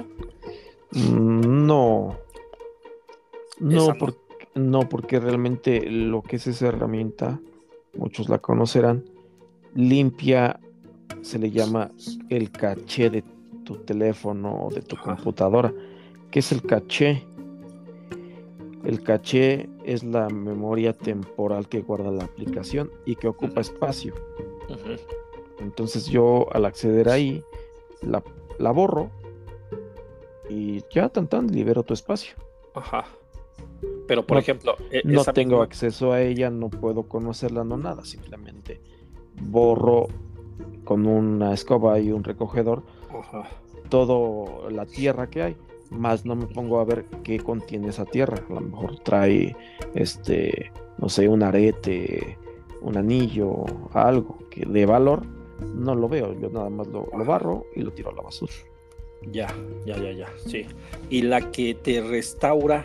No, No. Porque realmente lo que es esa herramienta, muchos la conocerán, limpia, se le llama el caché de tu teléfono o de tu computadora. ¿Qué es el caché? El caché es la memoria temporal que guarda la aplicación y que ocupa espacio. Uh-huh. Entonces yo, al acceder ahí, la borro y ya libero tu espacio. Ajá. Pero por ejemplo, no tengo acceso a ella, no puedo conocerla, no nada, simplemente borro con una escoba y un recogedor toda la tierra que hay, más no me pongo a ver qué contiene esa tierra. A lo mejor trae no sé, un arete, un anillo, algo que de valor, no lo veo, yo nada más lo barro y lo tiro a la basura. Ya, sí. Y la que te restaura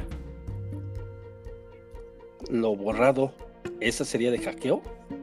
lo borrado, ¿esa sería de hackeo?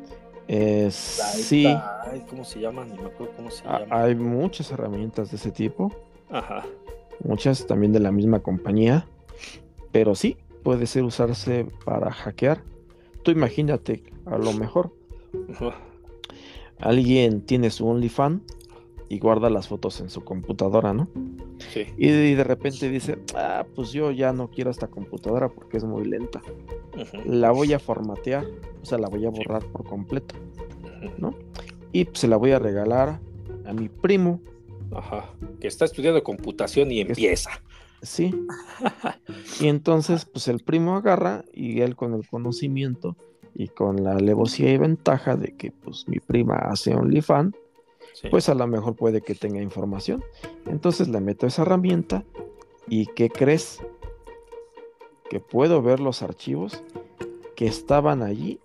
Sí, ¿Cómo se llama? Ni me acuerdo cómo se llama. hay muchas herramientas de ese tipo, Ajá. muchas también de la misma compañía, pero sí, puede ser usarse para hackear. Tú imagínate, a lo mejor Ajá. alguien tiene su OnlyFans y guarda las fotos en su computadora, ¿no? Sí. Y de repente dice, pues yo ya no quiero esta computadora porque es muy lenta. La voy a formatear, o sea, la voy a borrar por completo, ¿no? Y se la voy a regalar a mi primo. Ajá. Que está estudiando computación y empieza. Sí. Y entonces, pues el primo agarra y él con el conocimiento y con la alevosía y ventaja de que pues mi prima hace OnlyFans, Sí. pues a lo mejor puede que tenga información. Entonces le meto esa herramienta y ¿qué crees? Que puedo ver los archivos que estaban allí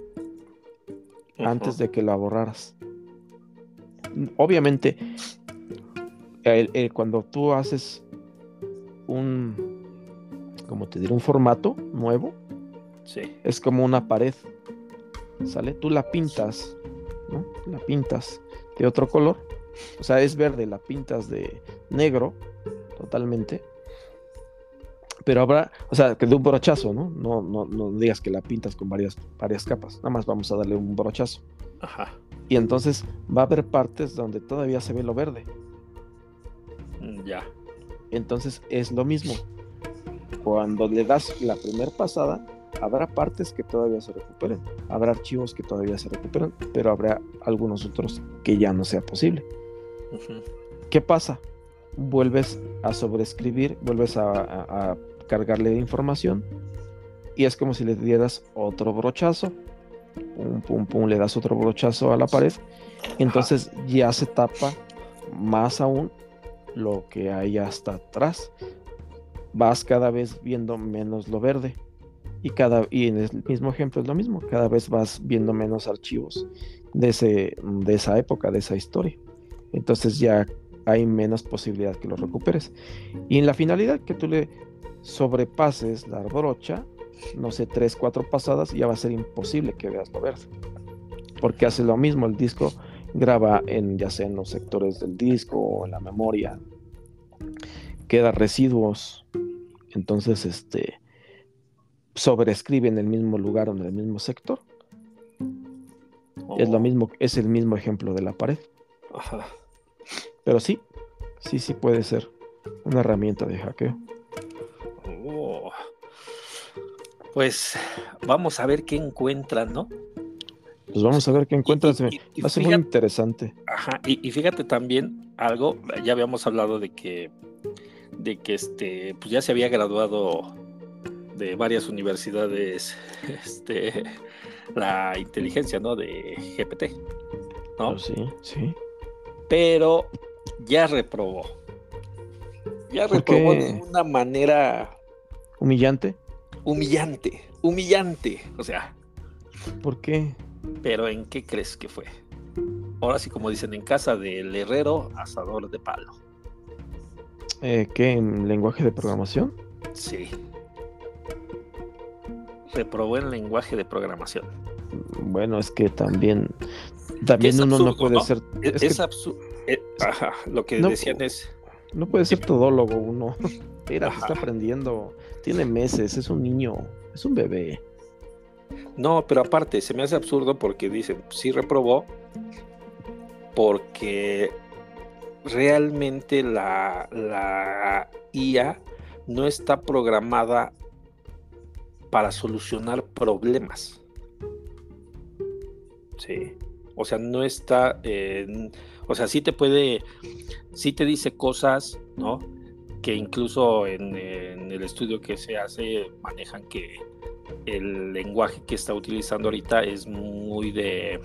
antes de que la borraras. Obviamente, cuando tú haces como te diré, un formato nuevo, Sí. es como una pared, ¿sale? Tú la pintas, ¿no? La pintas de otro color, o sea, es verde, la pintas de negro totalmente, pero habrá, o sea, que de un brochazo, ¿no? No digas que la pintas con varias capas, nada más vamos a darle un brochazo. Ajá. Y entonces va a haber partes donde todavía se ve lo verde. Ya. Entonces es lo mismo. Cuando le das la primera pasada, habrá partes que todavía se recuperen, habrá archivos que todavía se recuperen, pero habrá algunos otros que ya no sea posible. Uh-huh. ¿Qué pasa? Vuelves a sobreescribir, vuelves a cargarle información y es como si le dieras otro brochazo, pum, pum, pum, le das otro brochazo a la pared, entonces ya se tapa más aún lo que hay hasta atrás. Vas cada vez viendo menos lo verde y en el mismo ejemplo es lo mismo, cada vez vas viendo menos archivos de esa época, de esa historia. Entonces ya hay menos posibilidad que lo recuperes. Y en la finalidad que tú le sobrepases la brocha, no sé, 3, 4 pasadas, ya va a ser imposible que veas lo verde. Porque hace lo mismo, el disco graba ya sea en los sectores del disco o en la memoria, queda residuos, entonces sobreescribe en el mismo lugar o en el mismo sector. Es lo mismo, es el mismo ejemplo de la pared. Ajá. Pero sí puede ser una herramienta de hackeo. Pues vamos a ver qué encuentran, ¿no? Pues vamos a ver qué encuentran. Va a ser muy interesante. Ajá, y fíjate también algo, ya habíamos hablado de que pues ya se había graduado de varias universidades la inteligencia, ¿no? De GPT, ¿no? Pues sí. Pero ya reprobó. Ya reprobó de una manera humillante. O sea. ¿Por qué? Pero ¿en qué crees que fue? Ahora sí, como dicen, en casa del herrero, asador de palo. ¿Qué? ¿En lenguaje de programación? Sí. Reprobó en lenguaje de programación. Bueno, es que también uno absurdo, no puede, ¿no? Ser. Es absurdo. Ajá, lo que decían es. No puede ser todólogo uno. Mira, está aprendiendo. Tiene meses, es un niño, es un bebé. No, pero aparte, se me hace absurdo porque dicen, sí reprobó, porque realmente la IA no está programada para solucionar problemas. Sí. O sea, no está, o sea, sí te dice cosas, ¿no? Que incluso en el estudio que se hace manejan que el lenguaje que está utilizando ahorita es muy de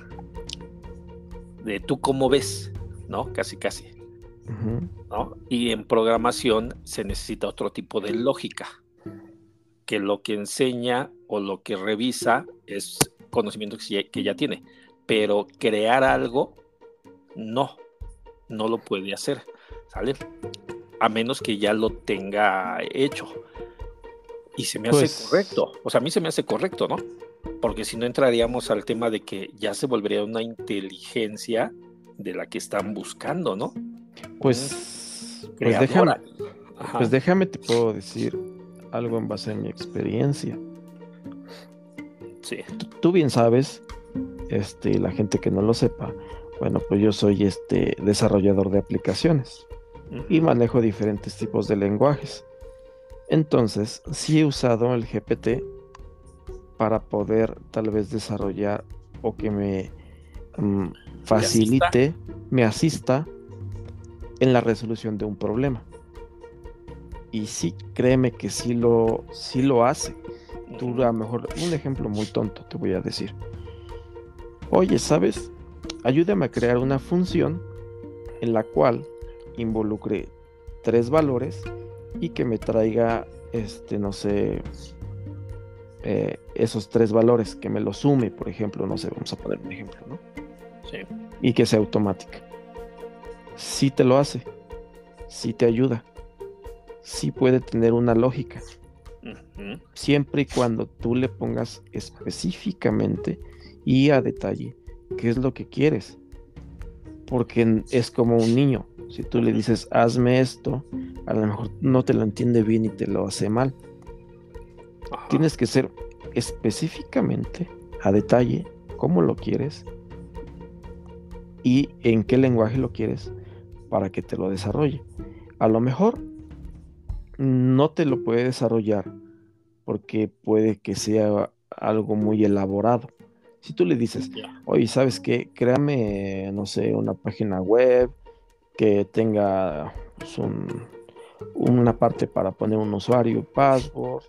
tú cómo ves, ¿no? Casi. Uh-huh. ¿No? Y en programación se necesita otro tipo de lógica, que lo que enseña o lo que revisa es conocimiento que ya tiene, pero crear algo No lo puede hacer, ¿sale? A menos que ya lo tenga hecho. Y se me hace correcto. O sea, a mí se me hace correcto, ¿no? Porque si no entraríamos al tema de que ya se volvería una inteligencia de la que están buscando, ¿no? Pues Creadora. déjame, te puedo decir algo en base a mi experiencia. Sí. Tú bien sabes, la gente que no lo sepa, bueno, pues yo soy desarrollador de aplicaciones y manejo diferentes tipos de lenguajes. Entonces, sí he usado el GPT para poder tal vez desarrollar o que me facilite, me asista en la resolución de un problema. Y sí, créeme que sí lo hace. Tú, a lo mejor, un ejemplo muy tonto te voy a decir. Oye, ¿sabes? Ayúdame a crear una función en la cual involucre 3 valores y que me traiga, no sé, esos 3 valores, que me los sume, por ejemplo, no sé, vamos a poner un ejemplo, ¿no? Sí. Y que sea automática. Sí te lo hace, sí te ayuda, sí puede tener una lógica, siempre y cuando tú le pongas específicamente y a detalle qué es lo que quieres, porque es como un niño. Si tú le dices hazme esto, a lo mejor no te lo entiende bien y te lo hace mal. Tienes que ser específicamente a detalle cómo lo quieres y en qué lenguaje lo quieres para que te lo desarrolle. A lo mejor no te lo puede desarrollar porque puede que sea algo muy elaborado. Si tú le dices, oye, ¿sabes qué? Créame, no sé, una página web que tenga pues, una parte para poner un usuario, password,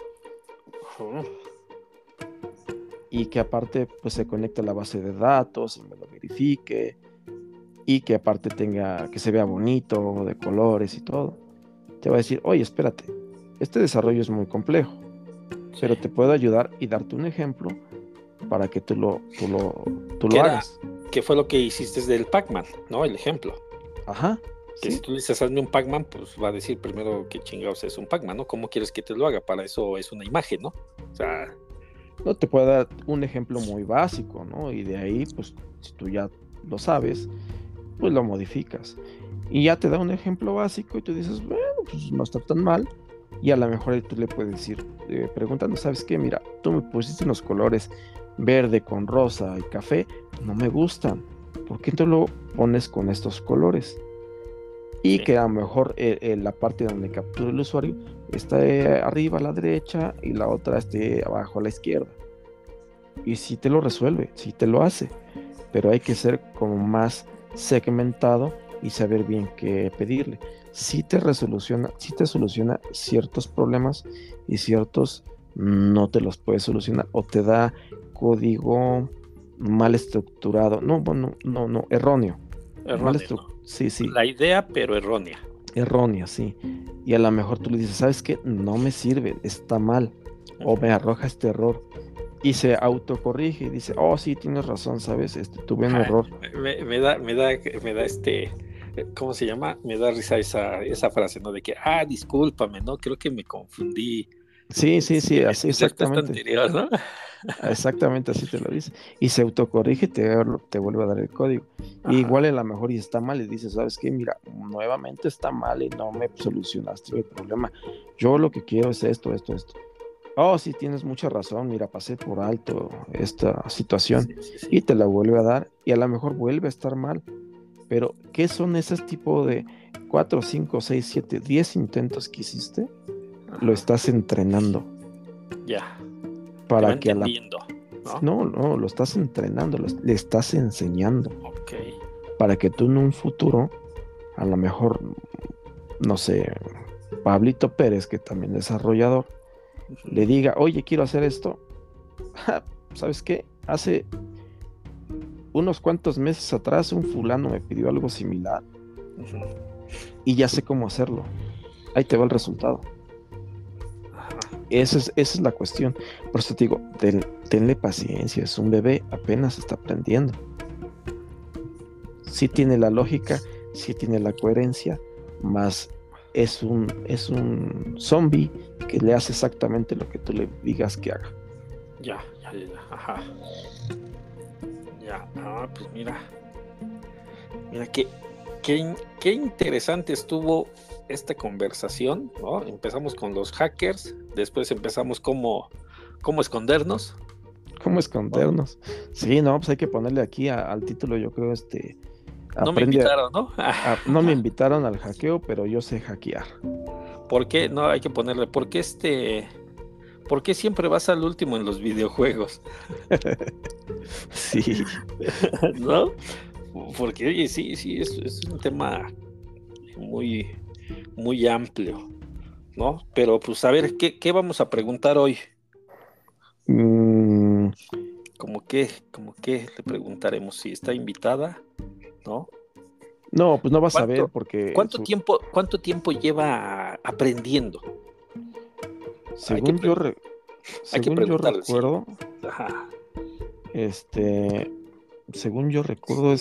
y que aparte pues se conecte a la base de datos y me lo verifique, y que aparte tenga, que se vea bonito, de colores y todo, te va a decir, oye, espérate, este desarrollo es muy complejo, pero te puedo ayudar y darte un ejemplo para que tú lo hagas. ¿Qué fue lo que hiciste del Pac-Man, no? El ejemplo. Ajá. Que ¿sí? Si tú le dices, hazme un Pac-Man, pues va a decir primero qué chingados es un Pac-Man, ¿no? ¿Cómo quieres que te lo haga? Para eso es una imagen, ¿no? O sea... No, te puedo dar un ejemplo muy básico, ¿no? Y de ahí, pues, si tú ya lo sabes, pues lo modificas. Y ya te da un ejemplo básico y tú dices, bueno, pues no está tan mal. Y a lo mejor tú le puedes decir, preguntando, ¿sabes qué? Mira, tú me pusiste unos colores verde con rosa y café, no me gustan. ¿Por qué tú lo pones con estos colores? Y sí, que a lo mejor la parte donde captura el usuario está arriba a la derecha y la otra esté abajo a la izquierda. Y sí te lo resuelve, sí te lo hace, pero hay que ser como más segmentado y saber bien qué pedirle. Sí te soluciona ciertos problemas y ciertos no te los puede solucionar, o te da código mal estructurado, erróneo. Sí. La idea, pero errónea. Errónea, sí. Y a lo mejor tú le dices, ¿sabes qué? No me sirve, está mal. O me arroja este error. Y se autocorrige y dice, oh, sí, tienes razón, ¿sabes? Tuve un error. Me da ¿cómo se llama? Me da risa esa frase, ¿no? De que, discúlpame, ¿no? Creo que me confundí. Sí, así exactamente. Anterior, ¿no? Exactamente, así te lo dice. Y se autocorrige y te vuelve a dar el código. Y igual a lo mejor y está mal y dices, ¿sabes qué? Mira, nuevamente está mal y no me solucionaste el problema. Yo lo que quiero es esto. Oh, sí, tienes mucha razón, mira, pasé por alto esta situación. Sí. Y te la vuelve a dar y a lo mejor vuelve a estar mal. Pero, ¿qué son esos tipos de 4, 5, 6, 7, 10 intentos que hiciste? Lo estás entrenando. Ya. Para que ¿no? No, lo estás entrenando, le estás enseñando. Okay. Para que tú en un futuro, a lo mejor, no sé, Pablito Pérez, que también es desarrollador, le diga, oye, quiero hacer esto. ¿Sabes qué? Hace unos cuantos meses atrás un fulano me pidió algo similar y ya sé cómo hacerlo. Ahí te va el resultado. Esa es la cuestión. Por eso te digo, tenle paciencia, es un bebé, apenas está aprendiendo. sí tiene la lógica, sí tiene la coherencia, más es un zombie que le hace exactamente lo que tú le digas que haga. Ya, ya, ya, ajá. Ya, pues mira qué interesante estuvo esta conversación, ¿no? Empezamos con los hackers, después empezamos cómo escondernos, ¿Cómo ¿no? escondernos? Sí, no, pues hay que ponerle aquí al título, yo creo, No me aprende invitaron, ¿no? no me invitaron al hackeo, pero yo sé hackear. ¿Por qué? No, hay que ponerle, ¿por qué siempre vas al último en los videojuegos? Sí, ¿No? Porque, oye, sí, sí, es un tema muy, muy amplio, ¿no? Pero pues a ver, ¿qué vamos a preguntar hoy? mm, ¿Cómo qué le preguntaremos si está invitada, ¿no? no, pues no vas a ver ¿Cuánto, porque cuánto tiempo lleva aprendiendo? Hay que, según yo, pre- hay que según yo preguntarle, sí. recuerdo, Ajá, este, según yo recuerdo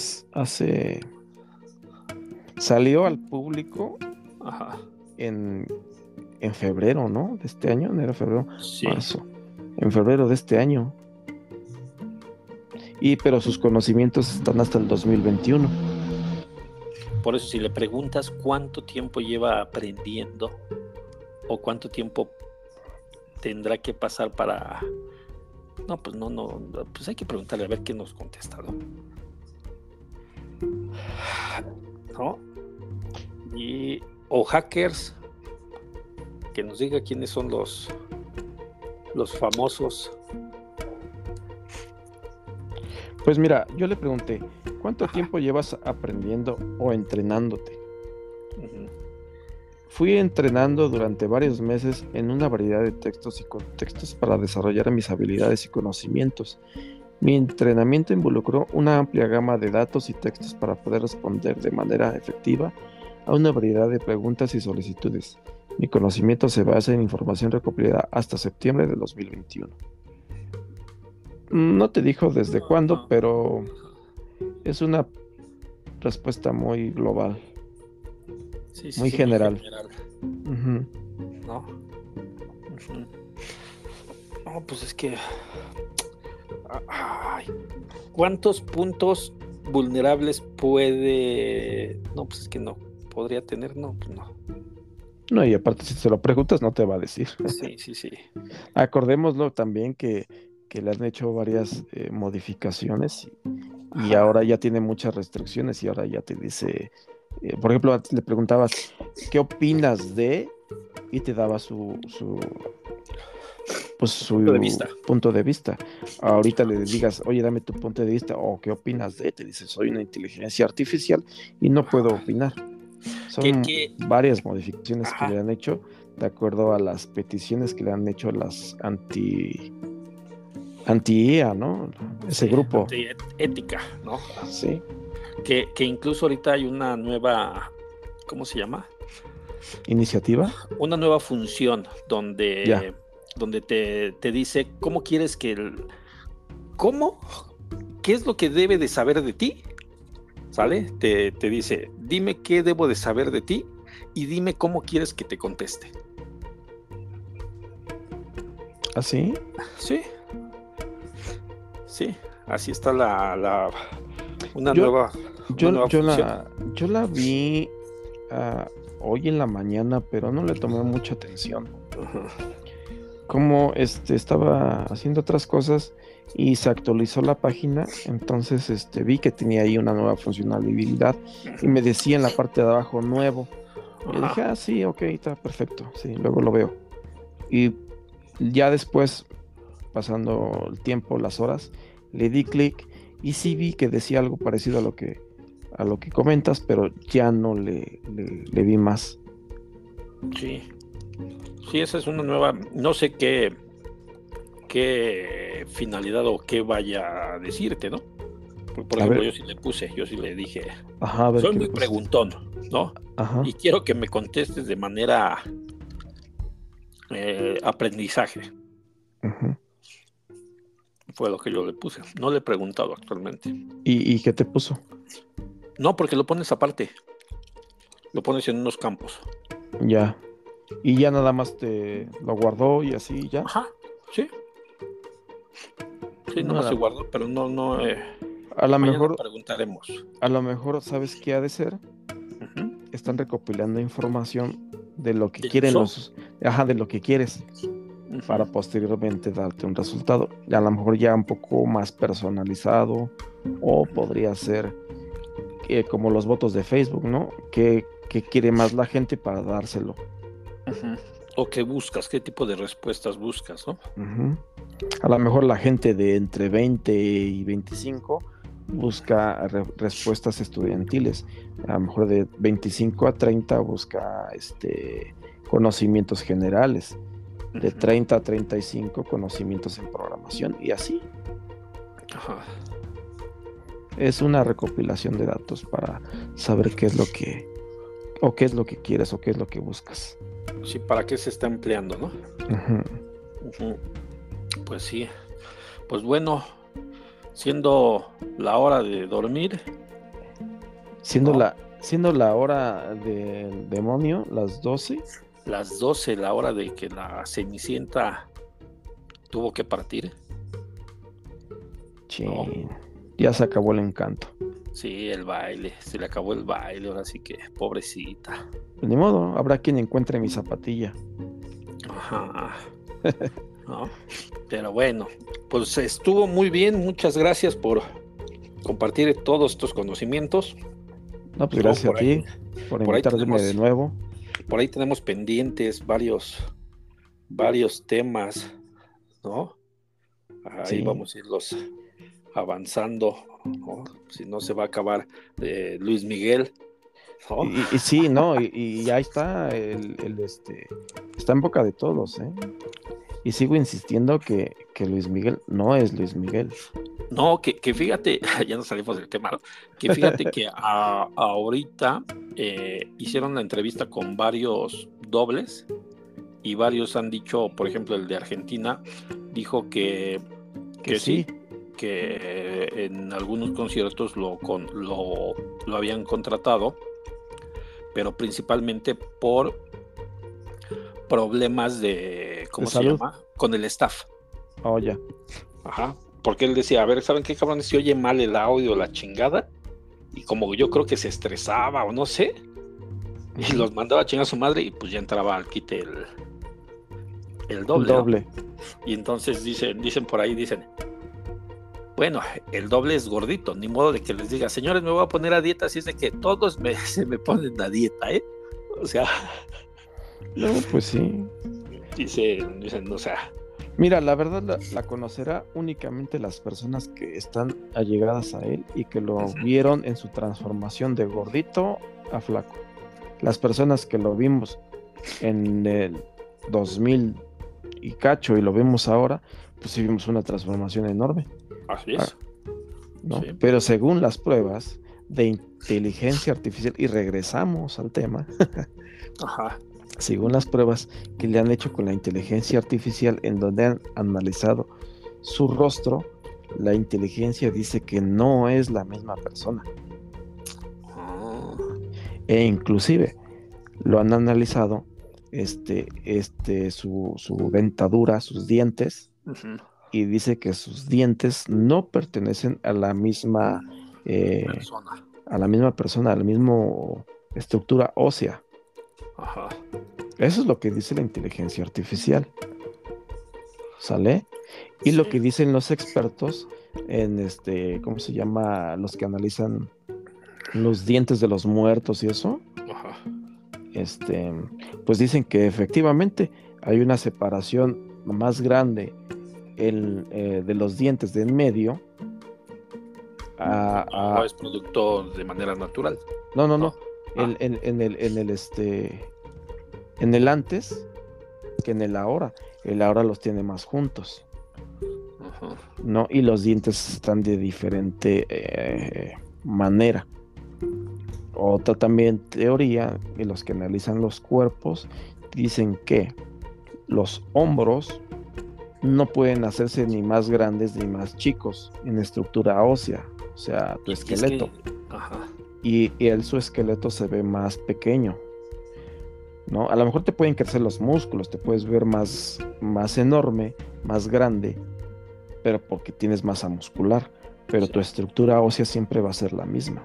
salió al público ajá, en, en febrero, ¿no? De este año, enero, febrero, sí. marzo, en febrero de este año. Pero sus conocimientos están hasta el 2021. Por eso si le preguntas cuánto tiempo lleva aprendiendo o cuánto tiempo tendrá que pasar para... No, pues no, pues hay que preguntarle a ver qué nos contesta, ¿no? ¿No? O hackers, que nos diga quiénes son los famosos. Pues mira, yo le pregunté, ¿cuánto Ajá. tiempo llevas aprendiendo o entrenándote? Ujú. Fui entrenando durante varios meses en una variedad de textos y contextos para desarrollar mis habilidades y conocimientos. Mi entrenamiento involucró una amplia gama de datos y textos para poder responder de manera efectiva a una variedad de preguntas y solicitudes. Mi conocimiento se basa en información recopilada hasta septiembre de 2021. No te dijo desde cuándo, No. pero es una respuesta muy global, Sí, sí, muy sí, muy general. general, Ujú. ¿no? Ujú. No, pues es que... Ay, ¿cuántos puntos vulnerables puede... No, pues es que no. ¿Podría tener? No, pues no. No, y aparte, si se lo preguntas, no te va a decir. Sí, sí, sí. Acordémoslo también que le han hecho varias modificaciones y Ajá. ahora ya tiene muchas restricciones y ahora ya te dice, por ejemplo, antes le preguntabas, ¿qué opinas de? Y te daba pues, Punto de vista. su punto de vista. Ahorita le digas, oye, dame tu punto de vista o qué opinas de, te dice, soy una inteligencia artificial y no puedo Ajá. opinar. ¿Qué, Son qué? varias modificaciones que Ajá. le han hecho de acuerdo a las peticiones que le han hecho las anti-IA, ¿no? Ese Sí, grupo, ética, ¿no? ¿sí? Que incluso ahorita hay una nueva, ¿cómo se llama? Iniciativa, Una nueva función ya, donde te dice cómo quieres ¿cómo? ¿Qué es lo que debe de saber de ti? ¿Sale? Te dice, dime qué debo de saber de ti y dime cómo quieres que te conteste. así. Sí, sí, así está una Yo, nueva, una yo, nueva yo función. la, yo la vi hoy en la mañana, pero no le tomé mucha atención. Ajá. Como estaba haciendo otras cosas y se actualizó la página, entonces vi que tenía ahí una nueva funcionalidad y me decía en la parte de abajo nuevo. Y le dije, Ajá. sí, ok, está perfecto, sí, luego lo veo. Y ya después, pasando el tiempo, las horas, le di clic y sí vi que decía algo parecido a lo que comentas, pero ya no le vi más. Sí, sí, esa es una nueva, no sé qué finalidad o qué vaya a decirte, ¿no? Por A ejemplo, ver, yo sí le dije, ajá, a ver soy qué le muy pusiste. preguntón, ¿no? Ajá, Y quiero que me contestes de manera aprendizaje, ujú. fue lo que yo le puse. No le he preguntado actualmente. ¿Y qué te puso? No, porque lo pones aparte. Lo pones en unos campos. Ya. Y ya nada más te lo guardó y así ya. Ajá, sí. Sí, nomás se Nada. guardó, pero no. A lo Mañana mejor, preguntaremos. ¿sabes qué ha de ser? Ujú. Están recopilando información de lo que ¿Del quieren uso? de lo que quieres, Ujú. para posteriormente darte un resultado. A lo mejor ya un poco más personalizado, o podría ser como los votos de Facebook, ¿no? ¿Qué quiere más la gente para dárselo? Ujú. ¿O qué buscas? ¿Qué tipo de respuestas buscas, no? Ujú. A lo mejor la gente de entre 20 y 25 busca respuestas estudiantiles. A lo mejor de 25 a 30 busca conocimientos generales. De Ujú. 30 a 35 conocimientos en programación, y así. Ajá. Es una recopilación de datos para saber qué es lo que, o qué es lo que quieres, o qué es lo que buscas. Sí, ¿para qué se está empleando, no? Ujú. Ujú. Pues sí. Pues bueno, siendo la hora de dormir, Siendo ¿no? la hora del demonio, las 12. Las 12, la hora de que la Cenicienta tuvo que partir, ¿no? Chin, ya se acabó el encanto. Sí, el baile, se le acabó el baile, ahora sí que, pobrecita. Ni modo, habrá quien encuentre mi zapatilla. Ajá, ¿no? Pero bueno, pues estuvo muy bien, muchas gracias por compartir todos estos conocimientos. No, pues Luego gracias a ti por por ahí invitarme de nuevo. tenemos pendientes varios temas, ¿no? Ahí Sí. vamos a irlos avanzando, ¿no? Si no se va a acabar Luis Miguel, ¿no? Y sí, ¿no? Y ahí está está en boca de todos, ¿eh? Y sigo insistiendo que Luis Miguel no es Luis Miguel. No, que fíjate, ya nos salimos del tema, ¿no? Que fíjate que ahorita hicieron la entrevista con varios dobles y varios han dicho, por ejemplo, el de Argentina, dijo Que que sí, sí. que en algunos conciertos lo habían contratado, pero principalmente por problemas de, De ¿cómo se salud. llama? Con el staff. Oh, ya. Ajá. Porque él decía, a ver, ¿saben qué, cabrones? Si oye mal el audio, la chingada. Y como yo creo que se estresaba o no sé, y Ujú. los mandaba a chingar a su madre y pues ya entraba al quite el El doble, ¿no? doble. Y entonces dicen por ahí, bueno, el doble es gordito, ni modo de que les diga, señores, me voy a poner a dieta, así es de que todos se me ponen a dieta, ¿eh? O sea, No, pues sí. dicen, o sea, Mira, la verdad la conocerá únicamente las personas que están allegadas a él y que lo uh-huh. vieron en su transformación de gordito a flaco. Las personas que lo vimos en el 2000 y cacho y lo vemos ahora, pues sí vimos una transformación enorme, Así es, ¿no? sí. Pero según las pruebas de inteligencia artificial, y regresamos al tema, Ajá. según las pruebas que le han hecho con la inteligencia artificial, en donde han analizado su rostro, la inteligencia dice que no es la misma persona. Oh. E inclusive lo han analizado, su dentadura, sus dientes, Uh-huh. y dice que sus dientes no pertenecen Persona. a la misma persona, a la misma estructura ósea. Ajá. Eso es lo que dice la inteligencia artificial. ¿Sale? Y lo Sí. que dicen los expertos en ¿cómo se llama? Los que analizan los dientes de los muertos y eso, Ajá. pues dicen que efectivamente hay una separación más grande de los dientes de en medio No es producto de manera natural. no, no, No. no, Ah. en el antes que en el ahora. El ahora los tiene más juntos, Ajá. ¿no? Y los dientes están de diferente manera. Otra también teoría, y los que analizan los cuerpos dicen que los hombros no pueden hacerse ni más grandes ni más chicos en estructura ósea, o sea, tu Y es que, esqueleto. ajá. y su esqueleto se ve más pequeño, ¿no? A lo mejor te pueden crecer los músculos, te puedes ver más enorme, más grande, pero porque tienes masa muscular, pero tu estructura ósea siempre va a ser la misma.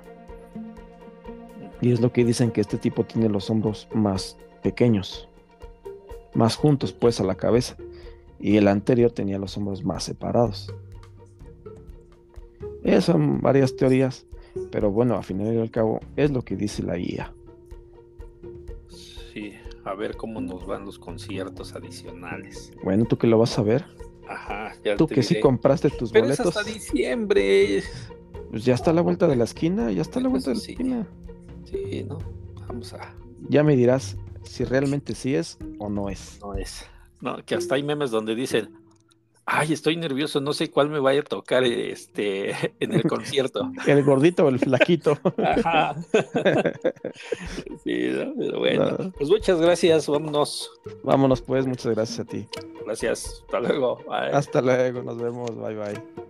Y es lo que dicen, que este tipo tiene los hombros más pequeños, más juntos pues a la cabeza, y el anterior tenía los hombros más separados. Son varias teorías, pero bueno, al final y al cabo es lo que dice la guía. Sí, a ver cómo nos van los conciertos adicionales. Bueno, ¿tú que lo vas a ver? Ajá, ya Tú te que diré. sí compraste tus Pero boletos. es hasta diciembre. Pues ya está a la vuelta de la esquina, ya está a la Bueno, vuelta de la eso sí. esquina. Sí, ¿no? Vamos a... Ya me dirás si realmente sí es o no es. No es. No, que hasta hay memes donde dicen, ay, estoy nervioso, no sé cuál me vaya a tocar en el concierto. ¿El gordito o el flaquito? Ajá. Sí, ¿no? Pero bueno, No. pues muchas gracias, vámonos. Vámonos pues, muchas gracias a ti. Gracias, hasta luego. Bye. Hasta luego, nos vemos, bye bye.